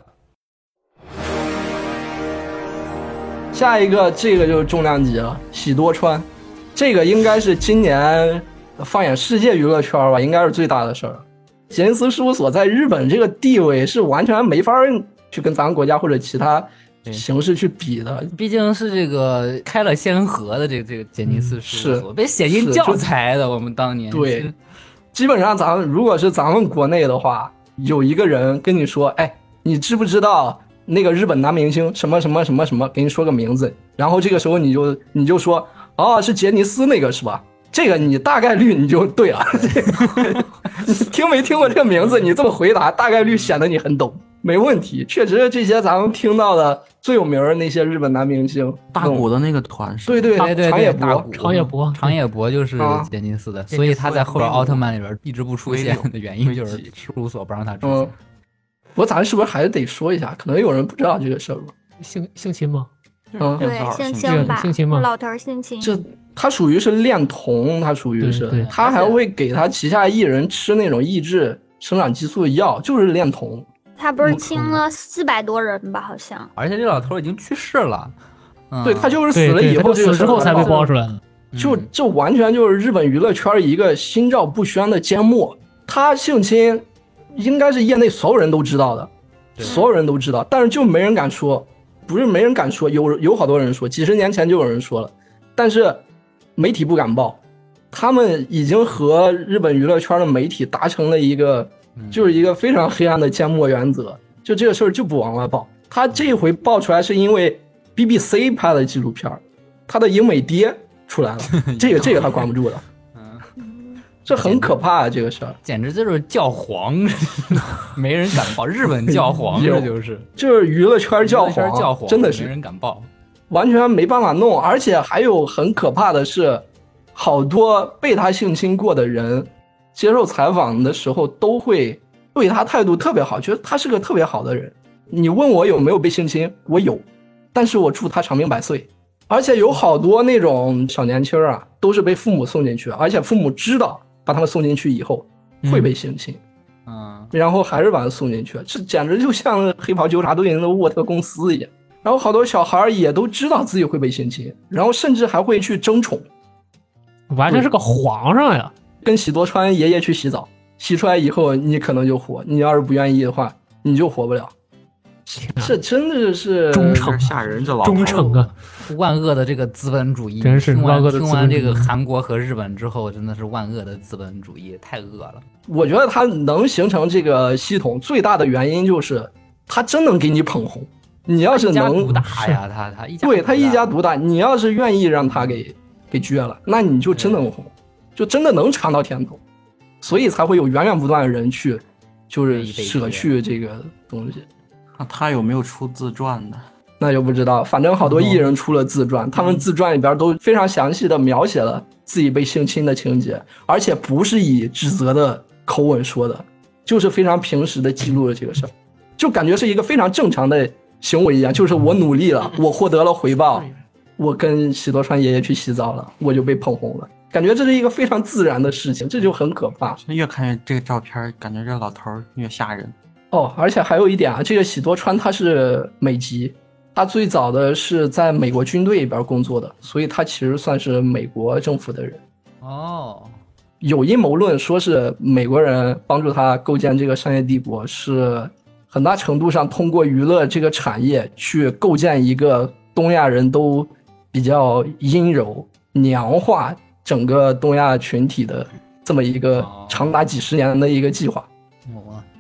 下一个这个就是重量级了，喜多川，这个应该是今年放眼世界娱乐圈吧，应该是最大的事儿。杰尼斯事务所在日本这个地位是完全没法去跟咱们国家或者其他形式去比的， 毕竟是这个开了先河的这个这个杰尼斯事务所，被写进教材的。我们当年对。基本上咱们如果是咱们国内的话，有一个人跟你说，哎，你知不知道那个日本男明星什么什么什么什么，给你说个名字，然后这个时候你就你就说，哦，是杰尼斯那个是吧？这个你大概率你就对了。你听没听过这个名字？你这么回答，大概率显得你很懂，没问题。确实，这些咱们听到的最有名的那些日本男明星， 大谷的那个团是， 对对对对， 长野博， 长野博， 长野博就是杰尼斯的，所以他在后边奥特曼里边一直不出现的原因就是事务所不让他出现。 不过咱是不是还是得说一下？可能有人不知道这个事儿吧？ 性性侵吗？ 嗯， 对，性侵吧， 性侵吗？ 老头性侵。 这他属于是恋童，他属于是，他还会给他旗下艺人吃那种抑制生长激素的药，就是恋童。 他不是亲了四百多人吧？好像。 而且这老头已经去世了。 嗯、对他就是死了以后，这个死之后才被爆出来的。 就这完全就是日本娱乐圈一个心照不宣的缄默。他性侵应该是业内所有人都知道的，所有人都知道，但是就没人敢说。不是没人敢说，有有好多人说，几十年前就有人说了，但是媒体不敢报。他们已经和日本娱乐圈的媒体达成了一个，就是一个非常黑暗的缄默原则，就这个事儿就不往外报。他这一回爆出来是因为 B B C 拍的纪录片，他的英美爹出来了，这个这个他管不住了。这很可怕啊！这个事儿简直就是教皇，没人敢报。日本教皇这就是就是娱乐圈教皇， 教皇真的是没人敢报， 完全没办法弄。而且还有很可怕的是，好多被他性侵过的人接受采访的时候都会对他态度特别好，觉得他是个特别好的人。你问我有没有被性侵，我有，但是我祝他长命百岁。而且有好多那种小年轻啊，都是被父母送进去，而且父母知道。把他们送进去以后会被性侵， 嗯， 然后还是把他送进去，这简直就像黑袍纠察队的沃特公司一样。然后好多小孩也都知道自己会被性侵，然后甚至还会去争宠， 完全是个皇上呀！ 跟喜多川爷爷去洗澡，洗出来以后你可能就活，你要是不愿意的话，你就活不了。这真的是忠诚吓人，这老忠诚啊！ 万恶的这个资本主义， 真是万恶的资本主义。 听完这个韩国和日本之后，真的是万恶的资本主义，太恶了。 我觉得它能形成这个系统最大的原因就是它真能给你捧红。你要是能独大呀，他他一家对他一家独大，你要是愿意让他给给撅了，那你就真能红，就真的能尝到甜头。所以才会有源源不断的人去，就是舍去这个东西。 那他有没有出自传呢？ 那就不知道，反正好多艺人出了自传，他们自传里边都非常详细的描写了自己被性侵的情节，而且不是以指责的口吻说的，就是非常平实的记录了这个事儿，就感觉是一个非常正常的行为一样，就是我努力了，我获得了回报，我跟喜多川爷爷去洗澡了，我就被捧红了，感觉这是一个非常自然的事情，这就很可怕。 越看这个照片，感觉这老头越吓人。 哦，而且还有一点啊，这个喜多川他是美籍，他最早的是在美国军队里边工作的，所以他其实算是美国政府的人。 哦， 有阴谋论说是美国人帮助他构建这个商业帝国，是很大程度上通过娱乐这个产业去构建一个东亚人都比较阴柔娘化整个东亚群体的这么一个长达几十年的一个计划。 哦，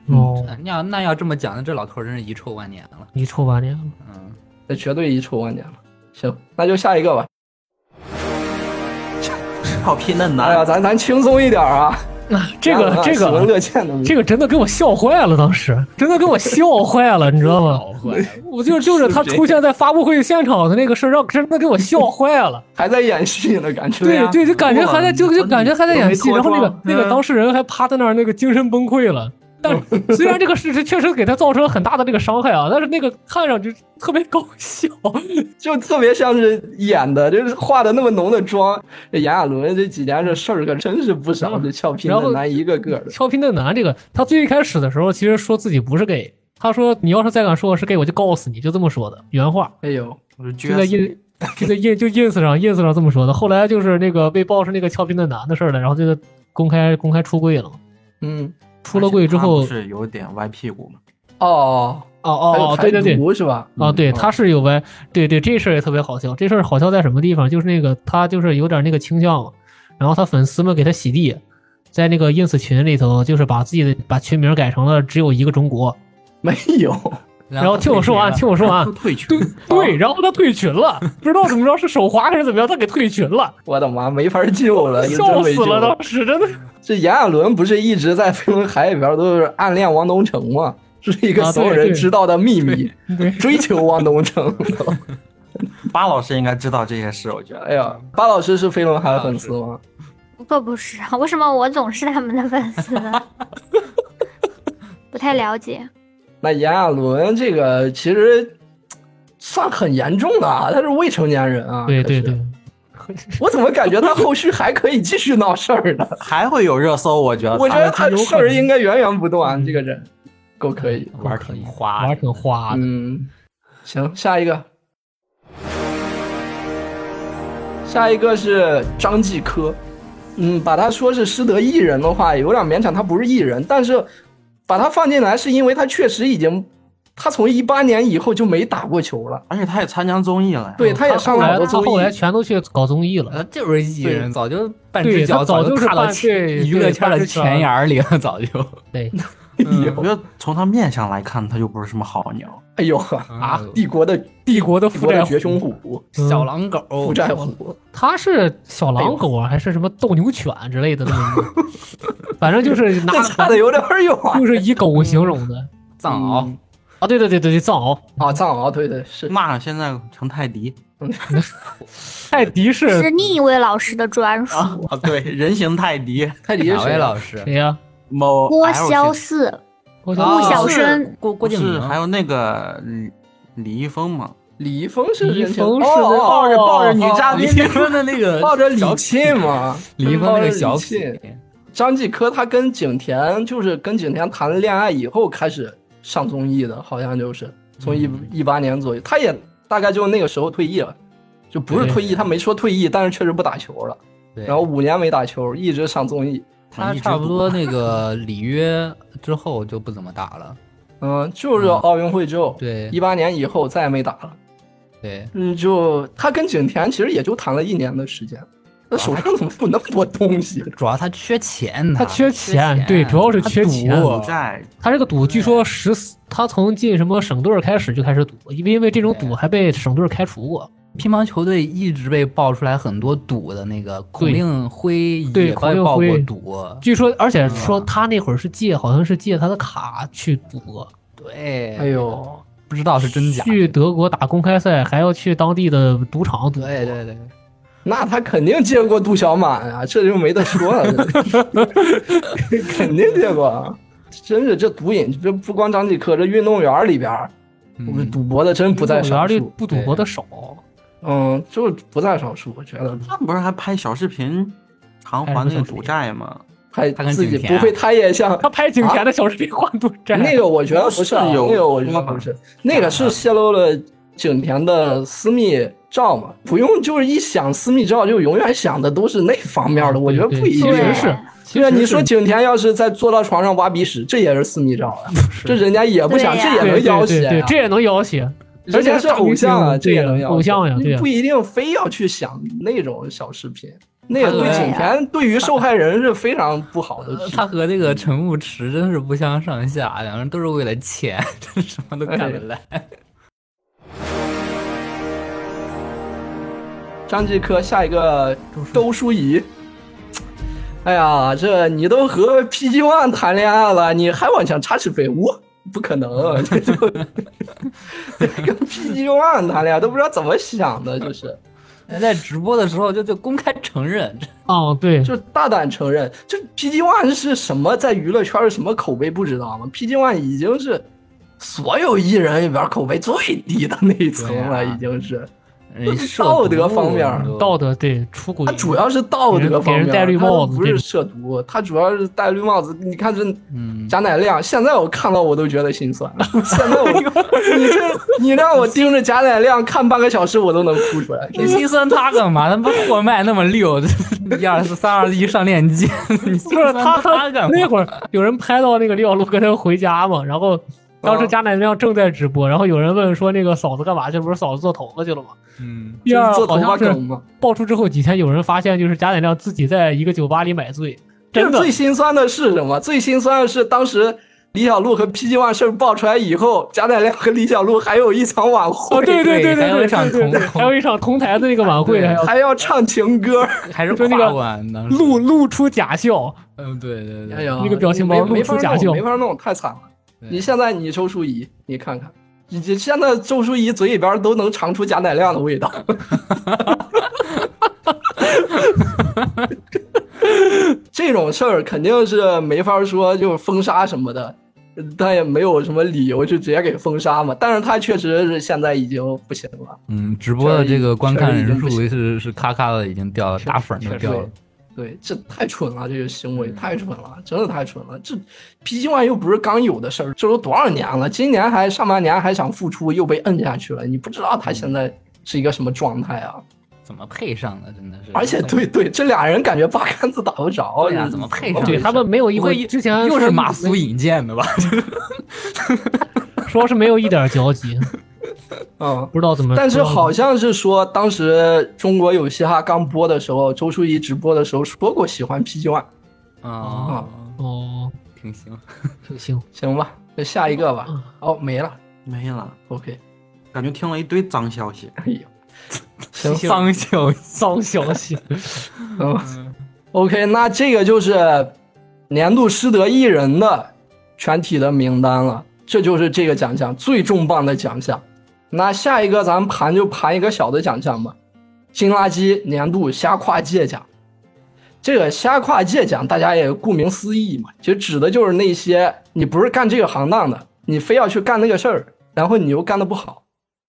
哦， 那要那要这么讲，那这老头真是遗臭万年了， 遗臭万年了。 嗯， 那绝对遗臭万年了。行，那就下一个吧。 好拼嫩哎呀， 呐！ 咱咱轻松一点啊。 那这个这喜闻个乐见的， 这个真的给我笑坏了，当时真的给我笑坏了，你知道吗？我就就是他出现在发布会现场的那个事儿，让真的给我笑坏了。 还在演戏呢，感觉。 对对，就感觉还在就就感觉还在演戏，然后那个嗯那个当事人还趴在那儿，那个精神崩溃了。但虽然这个事实确实给他造成了很大的这个伤害啊，但是那个看上去特别搞笑， 就特别像是演的，就是化的那么浓的妆。这炎亚纶这几年这事儿可真是不少，这俏皮的男一个个的。 俏皮的男这个，他最一开始的时候其实说自己不是 gay， 他说你要是再敢说我是 gay， 我就告死你，就这么说的原话。 哎呦， 就在 ins 就在 ins 就 ins 上 ins 上这么说的。后来就是那个被爆是那个俏皮的男的事儿了，然后这个公开公开出柜了。 嗯。 出了柜之后是有点歪屁股嘛？ 哦哦哦哦，对对对， 是吧？ 啊，对，他是有歪，对对，这事儿也特别好笑。这事儿好笑在什么地方？就是那个他就是有点那个倾向嘛，然后他粉丝们给他洗地，在那个 ins 群里头，就是把自己的把群名改成了只有一个中国， 没有。 然后听我说完，听我说完， 退群， 对对，然后他退群了，不知道怎么着是手滑还是怎么样，他给退群了。 我的妈，没法救了， 笑死了，当时真的。 这炎亚纶不是一直在飞轮海里边都是暗恋汪东城吗？是一个所有人知道的秘密，追求汪东城。 巴老师应该知道这些事，我觉得。 哎呀，巴老师是飞轮海的粉丝吗？ 可不是啊，为什么我总是他们的粉丝？不太了解。 那炎亚纶这个其实算很严重的啊，他是未成年人啊。 对对对。 我怎么感觉他后续还可以继续闹事儿呢？ 还会有热搜，我觉得。 我觉得他事儿应该源源不断，这个人够可以， 玩挺花， 玩挺花的。 嗯，行，下一个，下一个是张继科。嗯，把他说是失德艺人的话，有点勉强，他不是艺人，但是把他放进来是因为他确实已经。他从一八年以后就没打过球了， 而且他也参加综艺了。 对，他也上了好多综艺， 他后来全都去搞综艺了。 呃，就是艺人，早就半只脚早就踏到娱乐圈的前沿里了，早就。 对， 嗯，我觉得从他面相来看，他就不是什么好鸟。 哎呦啊，帝国的帝国的负债绝凶虎， 小狼狗， 负债虎。 他是小狼狗啊，还是什么斗牛犬之类的那么？反正就是拿差的有点远， 就是以狗形容的藏獒。 啊，对对对对对，藏獒啊，藏獒，对对是。 那现在成泰迪， 泰迪是是另一位老师的专属啊，对，人形泰迪， 泰迪是哪位老师？ 谁呀？ 某郭萧四， 顾晓生， 郭郭敬明， 还有那个李李易峰嘛。 李易峰是李易峰是抱着抱着女嘉宾， 李易峰的那个抱着李沁嘛， 李易峰那个小品。 张继科他跟景甜就是跟景甜谈了恋爱以后开始上综艺的，好像就是从一一八年左右，他也大概就那个时候退役了，就不是退役，他没说退役，但是确实不打球了。然后五年没打球，一直上综艺。 他差不多那个里约之后就不怎么打了。 嗯，就是奥运会之后， 对， 一八年以后再也没打了。 对， 嗯，就他跟景甜其实也就谈了一年的时间。那手上怎么有那么多东西？ 主要他缺钱， 他缺钱，对，主要是缺钱。 赌债， 他这个赌据说十四，他从进什么省队开始就开始赌，因为因为这种赌还被省队开除过。 乒乓球队一直被爆出来很多赌的那个，孔令辉也被爆过赌。 据说，而且说他那会儿是借，好像是借他的卡去赌。 对， 哎呦， 不知道是真假。 去德国打公开赛，还要去当地的赌场赌。 对对对。 那他肯定借过杜小满啊，这就没得说了，肯定借过啊！真是这毒瘾，这不光张继科，这运动员里边，我们赌博的真不在少数， 不赌博的少， 嗯，就是不在少数，我觉得。 他们不是还拍小视频偿还那个赌债吗？ 还自己不会，他也像他拍景甜的小视频还赌债， 那个我觉得不是，那个我觉得不是，那个是泄露了景甜的私密照嘛，不用就是一想私密照就永远想的都是那方面的，我觉得不一定是。 对啊，你说景甜要是在坐到床上挖鼻屎，这也是私密照啊，这人家也不想，这也能要挟， 对，这也能要挟， 而且是偶像啊，这也能要挟， 偶像呀，对， 不一定非要去想那种小视频。 那个对景甜对于受害人是非常不好的。 他和这个陈牧驰真是不相上下，两人都是为了钱，真什么都干得来。哎张继科，下一个周淑怡。哎呀，这你都和 P G 一 谈恋爱了，你还往前插起废物？不可能，这就跟 P G 一 谈恋爱都不知道怎么想的，就是。 在直播的时候就就公开承认。 哦，对， 就大胆承认，这 P G 一 是什么，在娱乐圈是什么口碑不知道吗 ？P G 一 已经是所有艺人里边口碑最低的那一层了，已经是。道德方面， 道德对出轨， 他主要是道德方面， 给人戴绿帽子， 不是涉毒，他主要是戴绿帽子。你看这贾乃亮，现在我看到我都觉得心酸。现在我，你这你让我盯着贾乃亮看半个小时，我都能哭出来。 你心酸他干嘛？他妈货卖那么溜，一二四三二一上链接，你心酸他干嘛？ 那会儿有人拍到那个李小璐跟他回家嘛，然后。当时贾乃亮正在直播，然后有人问说那个嫂子干嘛去？不是嫂子做头发去了吗？ 嗯， 第二好像是爆出之后几天，有人发现就是贾乃亮自己在一个酒吧里买醉。真的， 最心酸的是什么？最心酸的是当时李小璐和 P G 一 事爆出来以后，贾乃亮和李小璐还有一场晚会。 哦，对对对对对， 还有一场同还有一场同台的那个晚会，还要还要唱情歌， 还是就那个露露出假笑。 嗯，对对对， 哎呀， 那个表情包露出假笑， 没法弄，太惨了。你现在你周淑怡，你看看，你现在周淑怡嘴里边都能尝出贾乃亮的味道。这种事儿肯定是没法说就是封杀什么的，但也没有什么理由就直接给封杀嘛。但是他确实是现在已经不行了。 嗯，直播的这个观看人数是是咔咔的已经掉了，打粉都掉了。 对，这太蠢了，这个行为太蠢了，真的太蠢了。这 P G 一 又不是刚有的事儿，这都多少年了？今年还上半年还想复出，又被摁下去了。你不知道他现在是一个什么状态啊？ 怎么配上的？真的是。 而且，对对，这俩人感觉八竿子打不着。 对呀，怎么配上？ 对他们没有一回之前又是马苏引荐的吧？ 说是没有一点交集。 嗯， 不知道怎么， 但是好像是说，当时中国有嘻哈刚播的时候，周淑怡直播的时候说过喜欢 P G 一。 啊哦哦， 挺行， 挺行， 行吧，那下一个吧。哦，没了， 没了。 OK， 感觉听了一堆脏消息。 哎呦， 行，脏消息， 脏消息。 嗯 ，OK， 那这个就是年度失德艺人的全体的名单了。这就是这个奖项最重磅的奖项。那下一个咱们盘就盘一个小的奖项吧，金垃圾年度瞎跨界奖。这个瞎跨界奖大家也顾名思义嘛，其实指的就是那些你不是干这个行当的，你非要去干那个事儿，然后你又干得不好。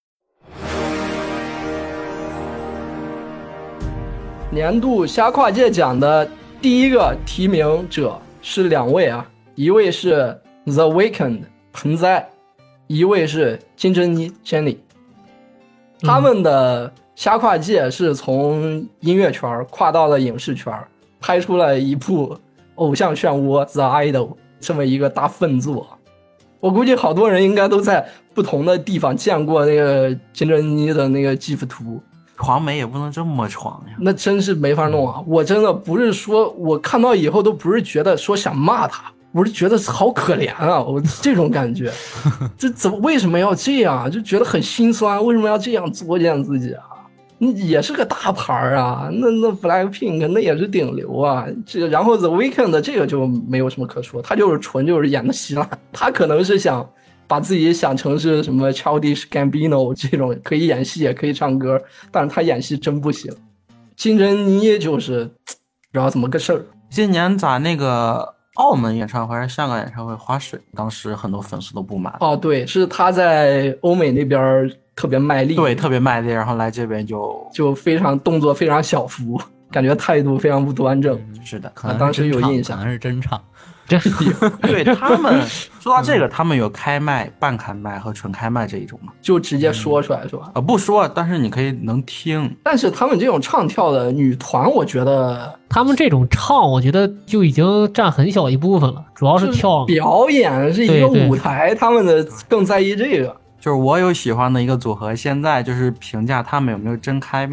年度瞎跨界奖的第一个提名者是两位啊，一位是 The Weeknd 盆栽，一位是金珍妮 Jenny。 他们的瞎跨界是从音乐圈跨到了影视圈，拍出了一部偶像漩涡 The Idol 这么一个大粪作。我估计好多人应该都在不同的地方见过那个金珍妮的那个 GIF 图。 闯美也不能这么闯呀， 那真是没法弄啊！我真的不是说我看到以后都不是觉得说想骂他，我是觉得好可怜啊！我这种感觉，这怎么为什么要这样？就觉得很心酸，为什么要这样作践自己啊？你也是个大牌啊，那那 Blackpink 那也是顶流啊。这然后 The Weeknd 这个就没有什么可说，他就是纯就是演的稀烂，他可能是想把自己想成是什么 Childish Gambino 这种可以演戏也可以唱歌，但是他演戏真不行。金珍妮就是不知道怎么个事儿。 今年咋那个澳门演唱会还是香港演唱会划水，当时很多粉丝都不满。 哦，对，是他在欧美那边特别卖力， 对，特别卖力，然后来这边就就非常动作非常小幅，感觉态度非常不端正。 嗯、是的， 可能当时有印象， 可能是真唱。 真是对他们说到这个，他们有开麦、半开麦和纯开麦这一种吗？ 就直接说出来是吧？ 呃，不说，但是你可以能听。 但是他们这种唱跳的女团，我觉得他们这种唱，我觉得就已经占很小一部分了，主要是跳表演是一个舞台，他们的更在意这个。 就是我有喜欢的一个组合，现在就是评价他们有没有真开麦，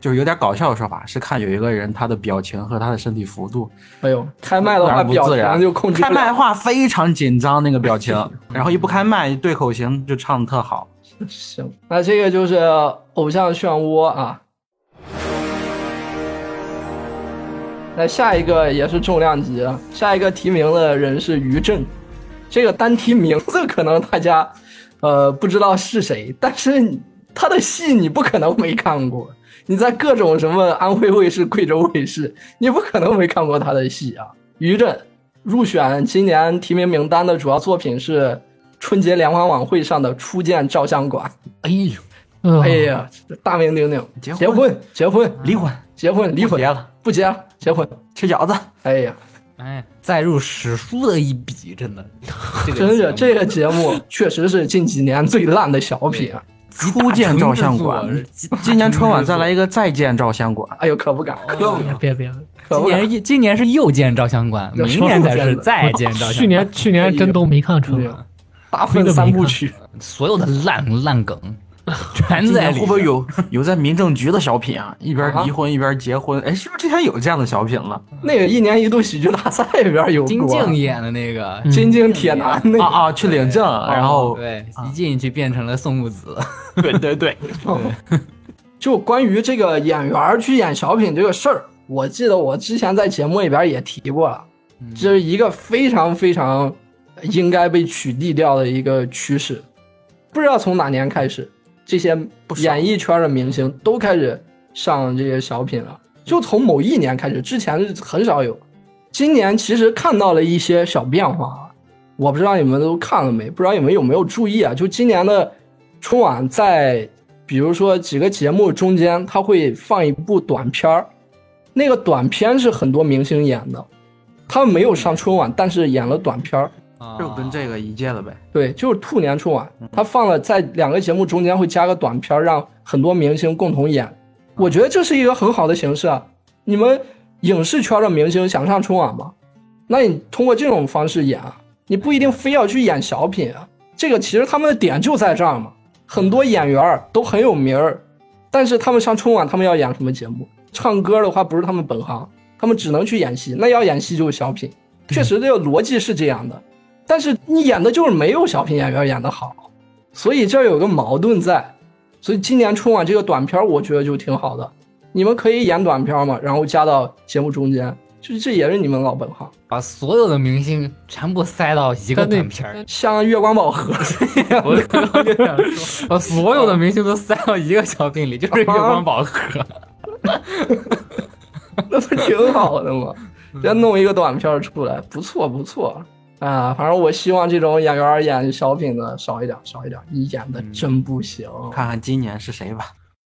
就是有点搞笑的说法，是看有一个人他的表情和他的身体幅度。 哎呦，开麦的话表情就控制不了， 开麦的话非常紧张那个表情，然后一不开麦对口型就唱的特好。 行，那这个就是偶像漩涡啊。那下一个也是重量级，下一个提名的人是于震。这个单提名字可能大家呃不知道是谁，但是他的戏你不可能没看过。你在各种什么安徽卫视、贵州卫视，你不可能没看过他的戏啊。于震入选今年提名名单的主要作品是春节联欢晚会上的《初见照相馆》。 哎呦， 嗯哎呀，大名鼎鼎， 结结婚、结婚、 离婚、 结婚、离婚， 不结了， 不结了，结婚， 吃饺子。 哎呀， 哎，载入史书的一笔，真的，这个真是这个节目确实是近几年最烂的小品啊！ 初见照相馆，今年春晚再来一个再见照相馆。 哎呦，可不敢，可不敢， 别别， 可不敢。 今年是今年是又见照相馆，明年才是再见照相馆。 去年去年真都没看春晚， 大粪三部曲， 所有的烂烂梗全在里。 会不会有有在民政局的小品啊？一边离婚一边结婚？哎，是不是之前有这样的小品了？ 那个一年一度喜剧大赛里边有过金靖演的那个金靖铁男那个啊啊，去领证，然后对一进去变成了宋木子。 对对对， 就关于这个演员去演小品这个事儿，我记得我之前在节目里边也提过了，这是一个非常非常应该被取缔掉的一个趋势。不知道从哪年开始，这些演艺圈的明星都开始上这些小品了。就从某一年开始，之前很少有。今年其实看到了一些小变化，我不知道你们都看了没，不知道你们有没有注意啊？就今年的春晚在比如说几个节目中间，他会放一部短片儿，那个短片是很多明星演的，他们没有上春晚，但是演了短片儿。 就跟这个一届了呗。 对，就是兔年春晚，他放了在两个节目中间会加个短片，让很多明星共同演。我觉得这是一个很好的形式啊！你们影视圈的明星想上春晚吗？那你通过这种方式演啊，你不一定非要去演小品啊。这个其实他们的点就在这儿嘛。很多演员都很有名儿，但是他们上春晚，他们要演什么节目？唱歌的话不是他们本行，他们只能去演戏。那要演戏就是小品，确实这个逻辑是这样的。但是你演的就是没有小品演员演得好，所以这有个矛盾在。所以今年春晚这个短片我觉得就挺好的，你们可以演短片嘛，然后加到节目中间，就这也是你们老本行， 把所有的明星全部塞到一个短片， 像月光宝盒这样。 我刚就想说，把所有的明星都塞到一个小品里，就是月光宝盒。 那不挺好的吗？再弄一个短片出来，不错不错。啊，反正我希望这种演员演小品的少一点，少一点。你演的真不行。 嗯、看看今年是谁吧。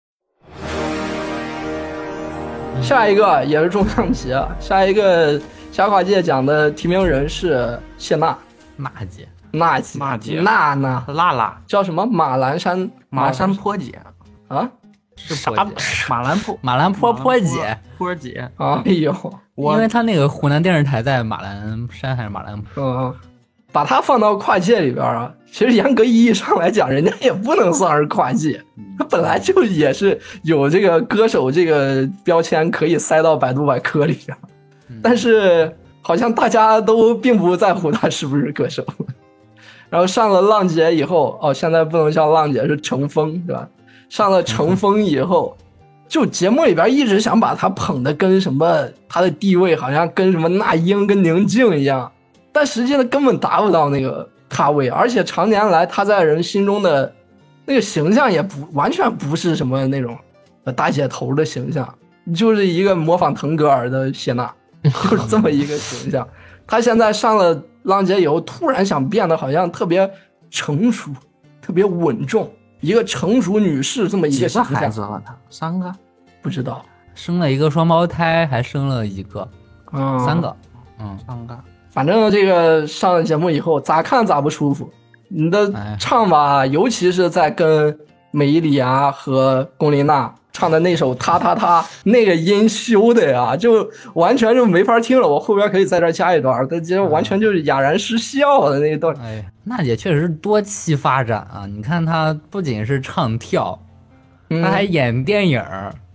下一个也是重量级，下一个瞎跨界奖的提名人是谢娜。 娜姐， 娜姐， 娜姐， 娜娜， 娜娜叫什么？马兰山， 马山坡姐啊？ 是啥？马兰坡， 马兰坡坡姐， 坡姐。 哎呦。 因为他那个湖南电视台在马兰山还是马兰坡， 嗯，把他放到跨界里边啊，其实严格意义上来讲，人家也不能算是跨界，他本来就也是有这个歌手这个标签可以塞到百度百科里边，但是好像大家都并不在乎他是不是歌手。然后上了浪姐以后，哦，现在不能叫浪姐，是乘风，是吧？上了乘风以后。就节目里边一直想把他捧得跟什么他的地位好像跟什么那英跟宁静一样，但实际上根本达不到那个咖位，而且常年来他在人心中的那个形象也不完全不是什么那种大姐头的形象，就是一个模仿腾格尔的谢娜，就是这么一个形象。他现在上了浪姐以后，突然想变得好像特别成熟，特别稳重。一个成熟女士这么一个几个孩子了？他三个， 不知道， 生了一个双胞胎，还生了一个， 嗯， 三个，嗯， 三个。 反正这个上了节目以后，咋看咋不舒服。你的唱吧，哎、尤其是在跟美伊里亚和龚琳娜唱的那首《他他他》，那个音修的呀，就完全就没法听了。我后边可以在这加一段，它就完全就是哑然失笑的那一段。 哎，娜姐确实是多期发展啊！你看她不仅是唱跳，她还演电影，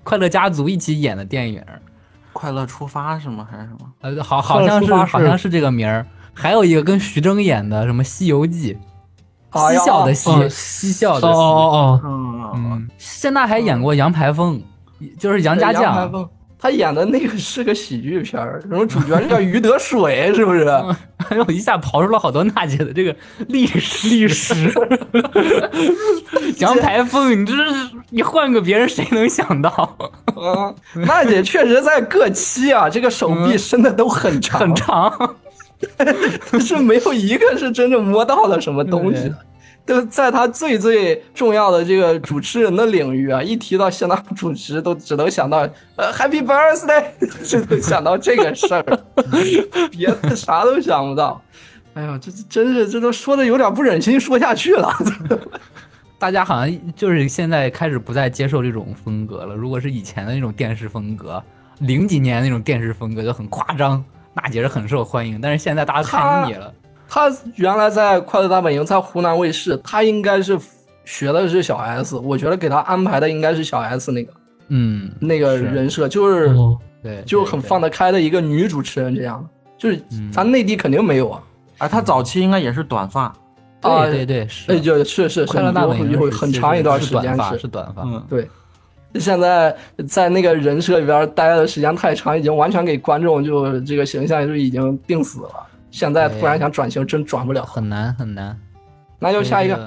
快乐家族一起演的电影。 快乐出发是吗？还是什么？ 呃，好，好像是好像是这个名儿。还有一个跟徐峥演的什么《西游记》， 哎呀嬉笑的嬉， 哦嬉笑的嬉。 哦哦嗯嗯，现在还演过杨排风，就是杨家将。 他演的那个是个喜剧片儿，什么主角叫于德水，是不是？ 哎呦，一下刨出了好多娜姐的这个历史历史。 杨排风，你这是你换个别人谁能想到？ 嗯，娜姐确实在各期啊，这个手臂伸的都很长， 很长， 但是没有一个是真正摸到了什么东西的。都在他最最重要的这个主持人的领域啊，一提到现场主持，都只能想到呃 Happy Birthday， 只能想到这个事儿，别的啥都想不到。哎呦，这真是这都说的有点不忍心说下去了。 大家好像就是现在开始不再接受这种风格了。如果是以前的那种电视风格，零几年那种电视风格就很夸张，娜姐是很受欢迎，但是现在大家看腻了。 他原来在《快乐大本营》在湖南卫视，他应该是学的是小 S， 我觉得给他安排的应该是小 S 那个， 嗯， 那个人设就是， 哦、 对， 就很放得开的一个女主持人这样的，就是咱内地肯定没有啊。 而他早期应该也是短发， 对对对，是， 就是是是， 快乐大本营有很长一段时间是是短发， 嗯，对。现在在那个人设里边待的时间太长，已经完全给观众就这个形象就已经定死了。现在突然想转型，真转不了， 很难很难。 那就下一个。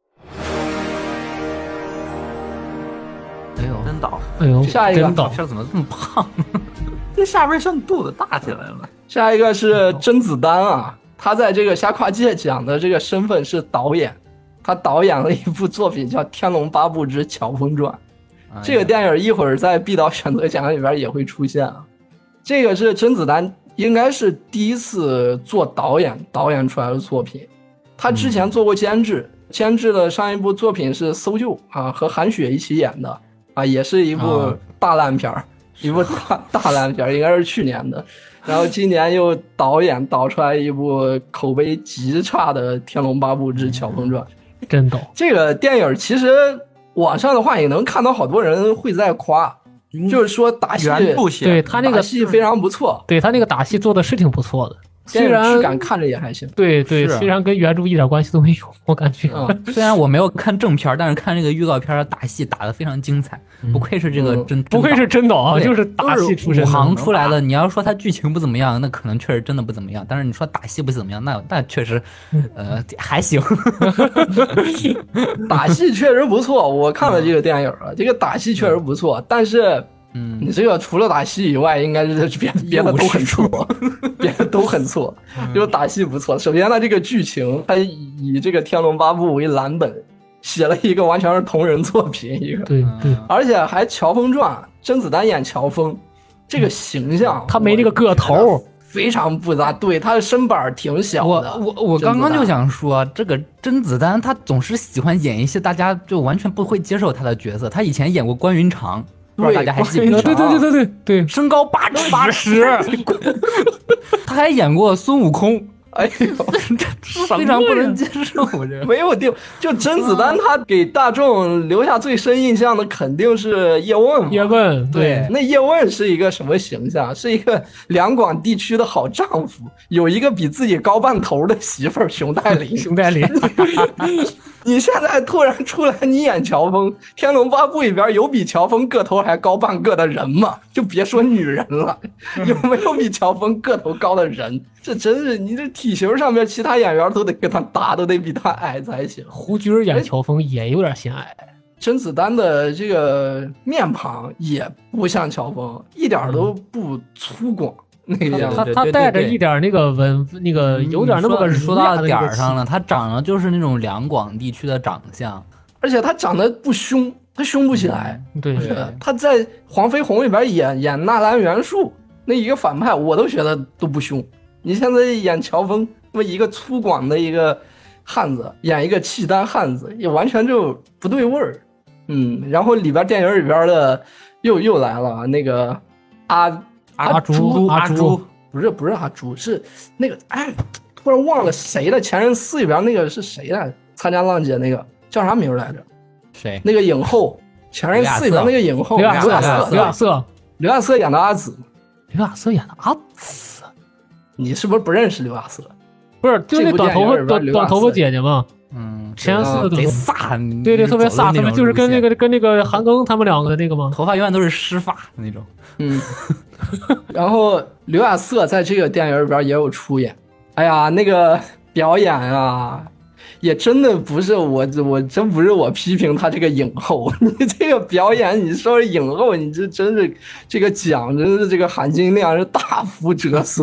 哎呦， 真倒！ 哎呦， 下一个真倒！ 这怎么这么胖？ 这下边像肚子大起来了。 下一个是甄子丹啊，他在这个瞎跨界讲的这个身份是导演，他导演了一部作品叫《天龙八部之乔峰传》， 哎、 这个电影一会儿在毕导选择奖里边也会出现啊。这个是甄子丹。应该是第一次做导演导演出来的作品，他之前做过监制，嗯、监制的上一部作品是《搜救》啊，和韩雪一起演的啊，也是一部大烂片儿，啊、一部大大烂片儿，应该是去年的。然后今年又导演导出来一部口碑极差的《天龙八部之乔峰传》， 真逗。 这个电影其实网上的话也能看到好多人会在夸。就是说打戏， 对他那个打戏非常不错， 对他那个打戏做的是挺不错的，虽然质感看着也还行。 对对，虽然跟原著一点关系都没有，我感觉。 嗯、虽然我没有看正片，但是看这个预告片，打戏打得非常精彩， 嗯、 不愧是这个真， 嗯、 不愧是真导啊，就是打戏出身。 武行出来的，你要说他剧情不怎么样，那可能确实真的不怎么样。但是你说打戏不怎么样，那那确实，呃，还行。 打戏确实不错，我看了这个电影了，这个打戏确实不错，但是。 嗯， 你这个除了打戏以外，应该是别别的都很错，别的都很错，就打戏不错。首先，他这个剧情，他以这个《天龙八部》为蓝本，写了一个完全是同人作品，一个对对， 而且还乔峰传，甄子丹演乔峰，这个形象他没那个个头， 非常不搭，对，他的身板挺小的。 我我我刚刚就想说，这个甄子丹他总是喜欢演一些大家就完全不会接受他的角色。他以前演过关云长。不知道大家还记不记得？ 对对对对对对， 身高八尺八十，他还演过孙悟空。 哎呦， 非常不能接受，我这没有定。就甄子丹他给大众留下最深印象的肯定是叶问嘛。 叶问， 对，那叶问是一个什么形象？是一个两广地区的好丈夫，有一个比自己高半头的媳妇儿熊黛林。 熊黛林， 你现在突然出来，你演乔峰，《天龙八部》里边有比乔峰个头还高半个的人吗？就别说女人了，有没有比乔峰个头高的人？这真是你这体型上面，其他演员都得跟他搭，都得比他矮才行。 胡军演乔峰也有点显矮。 甄子丹的这个面庞也不像乔峰，一点都不粗犷。那个样子， 他他带着一点那个文，那个有点那么个说到点儿上了，他长得就是那种两广地区的长相， 而且他长得不凶，他凶不起来。 对， 他在《黄飞鸿》里边演演纳兰元术那一个反派，我都觉得都不凶。你现在演乔峰，那么一个粗犷的一个汉子，演一个契丹汉子，也完全就不对味儿。嗯，然后里边电影里边的又又来了那个阿。 阿朱， 阿朱不是不是阿朱，是那个哎，突然忘了谁了。前任四里边那个是谁来？参加浪姐那个叫啥名来着？ 谁？ 那个影后全人四里边那个影后刘亚瑟，刘亚瑟， 刘亚瑟演的阿紫， 刘亚瑟演的阿紫， 你是不是不认识刘亚瑟？ 不是，就那短头发短短头发姐姐吗？ 嗯， 前四贼飒， 对对，特别飒，他们就是跟那个跟那个韩庚他们两个的那个吗？ 头发永远都是湿发那种。 嗯，然后刘亚瑟在这个电影里边也有出演。哎呀，那个表演啊，也真的不是我，我真不是我批评他这个影后，你这个表演，你说是影后，你这真是这个奖，真是这个含金量是大幅折损。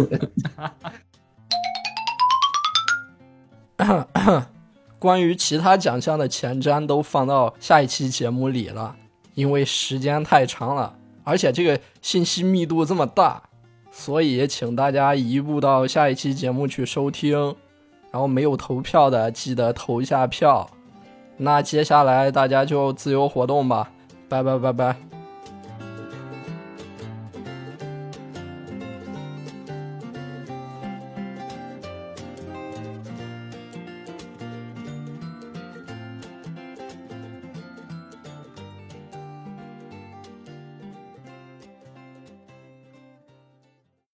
关于其他奖项的前瞻都放到下一期节目里了，因为时间太长了，而且这个信息密度这么大，所以请大家移步到下一期节目去收听，然后没有投票的记得投一下票。那接下来大家就自由活动吧，拜拜拜拜。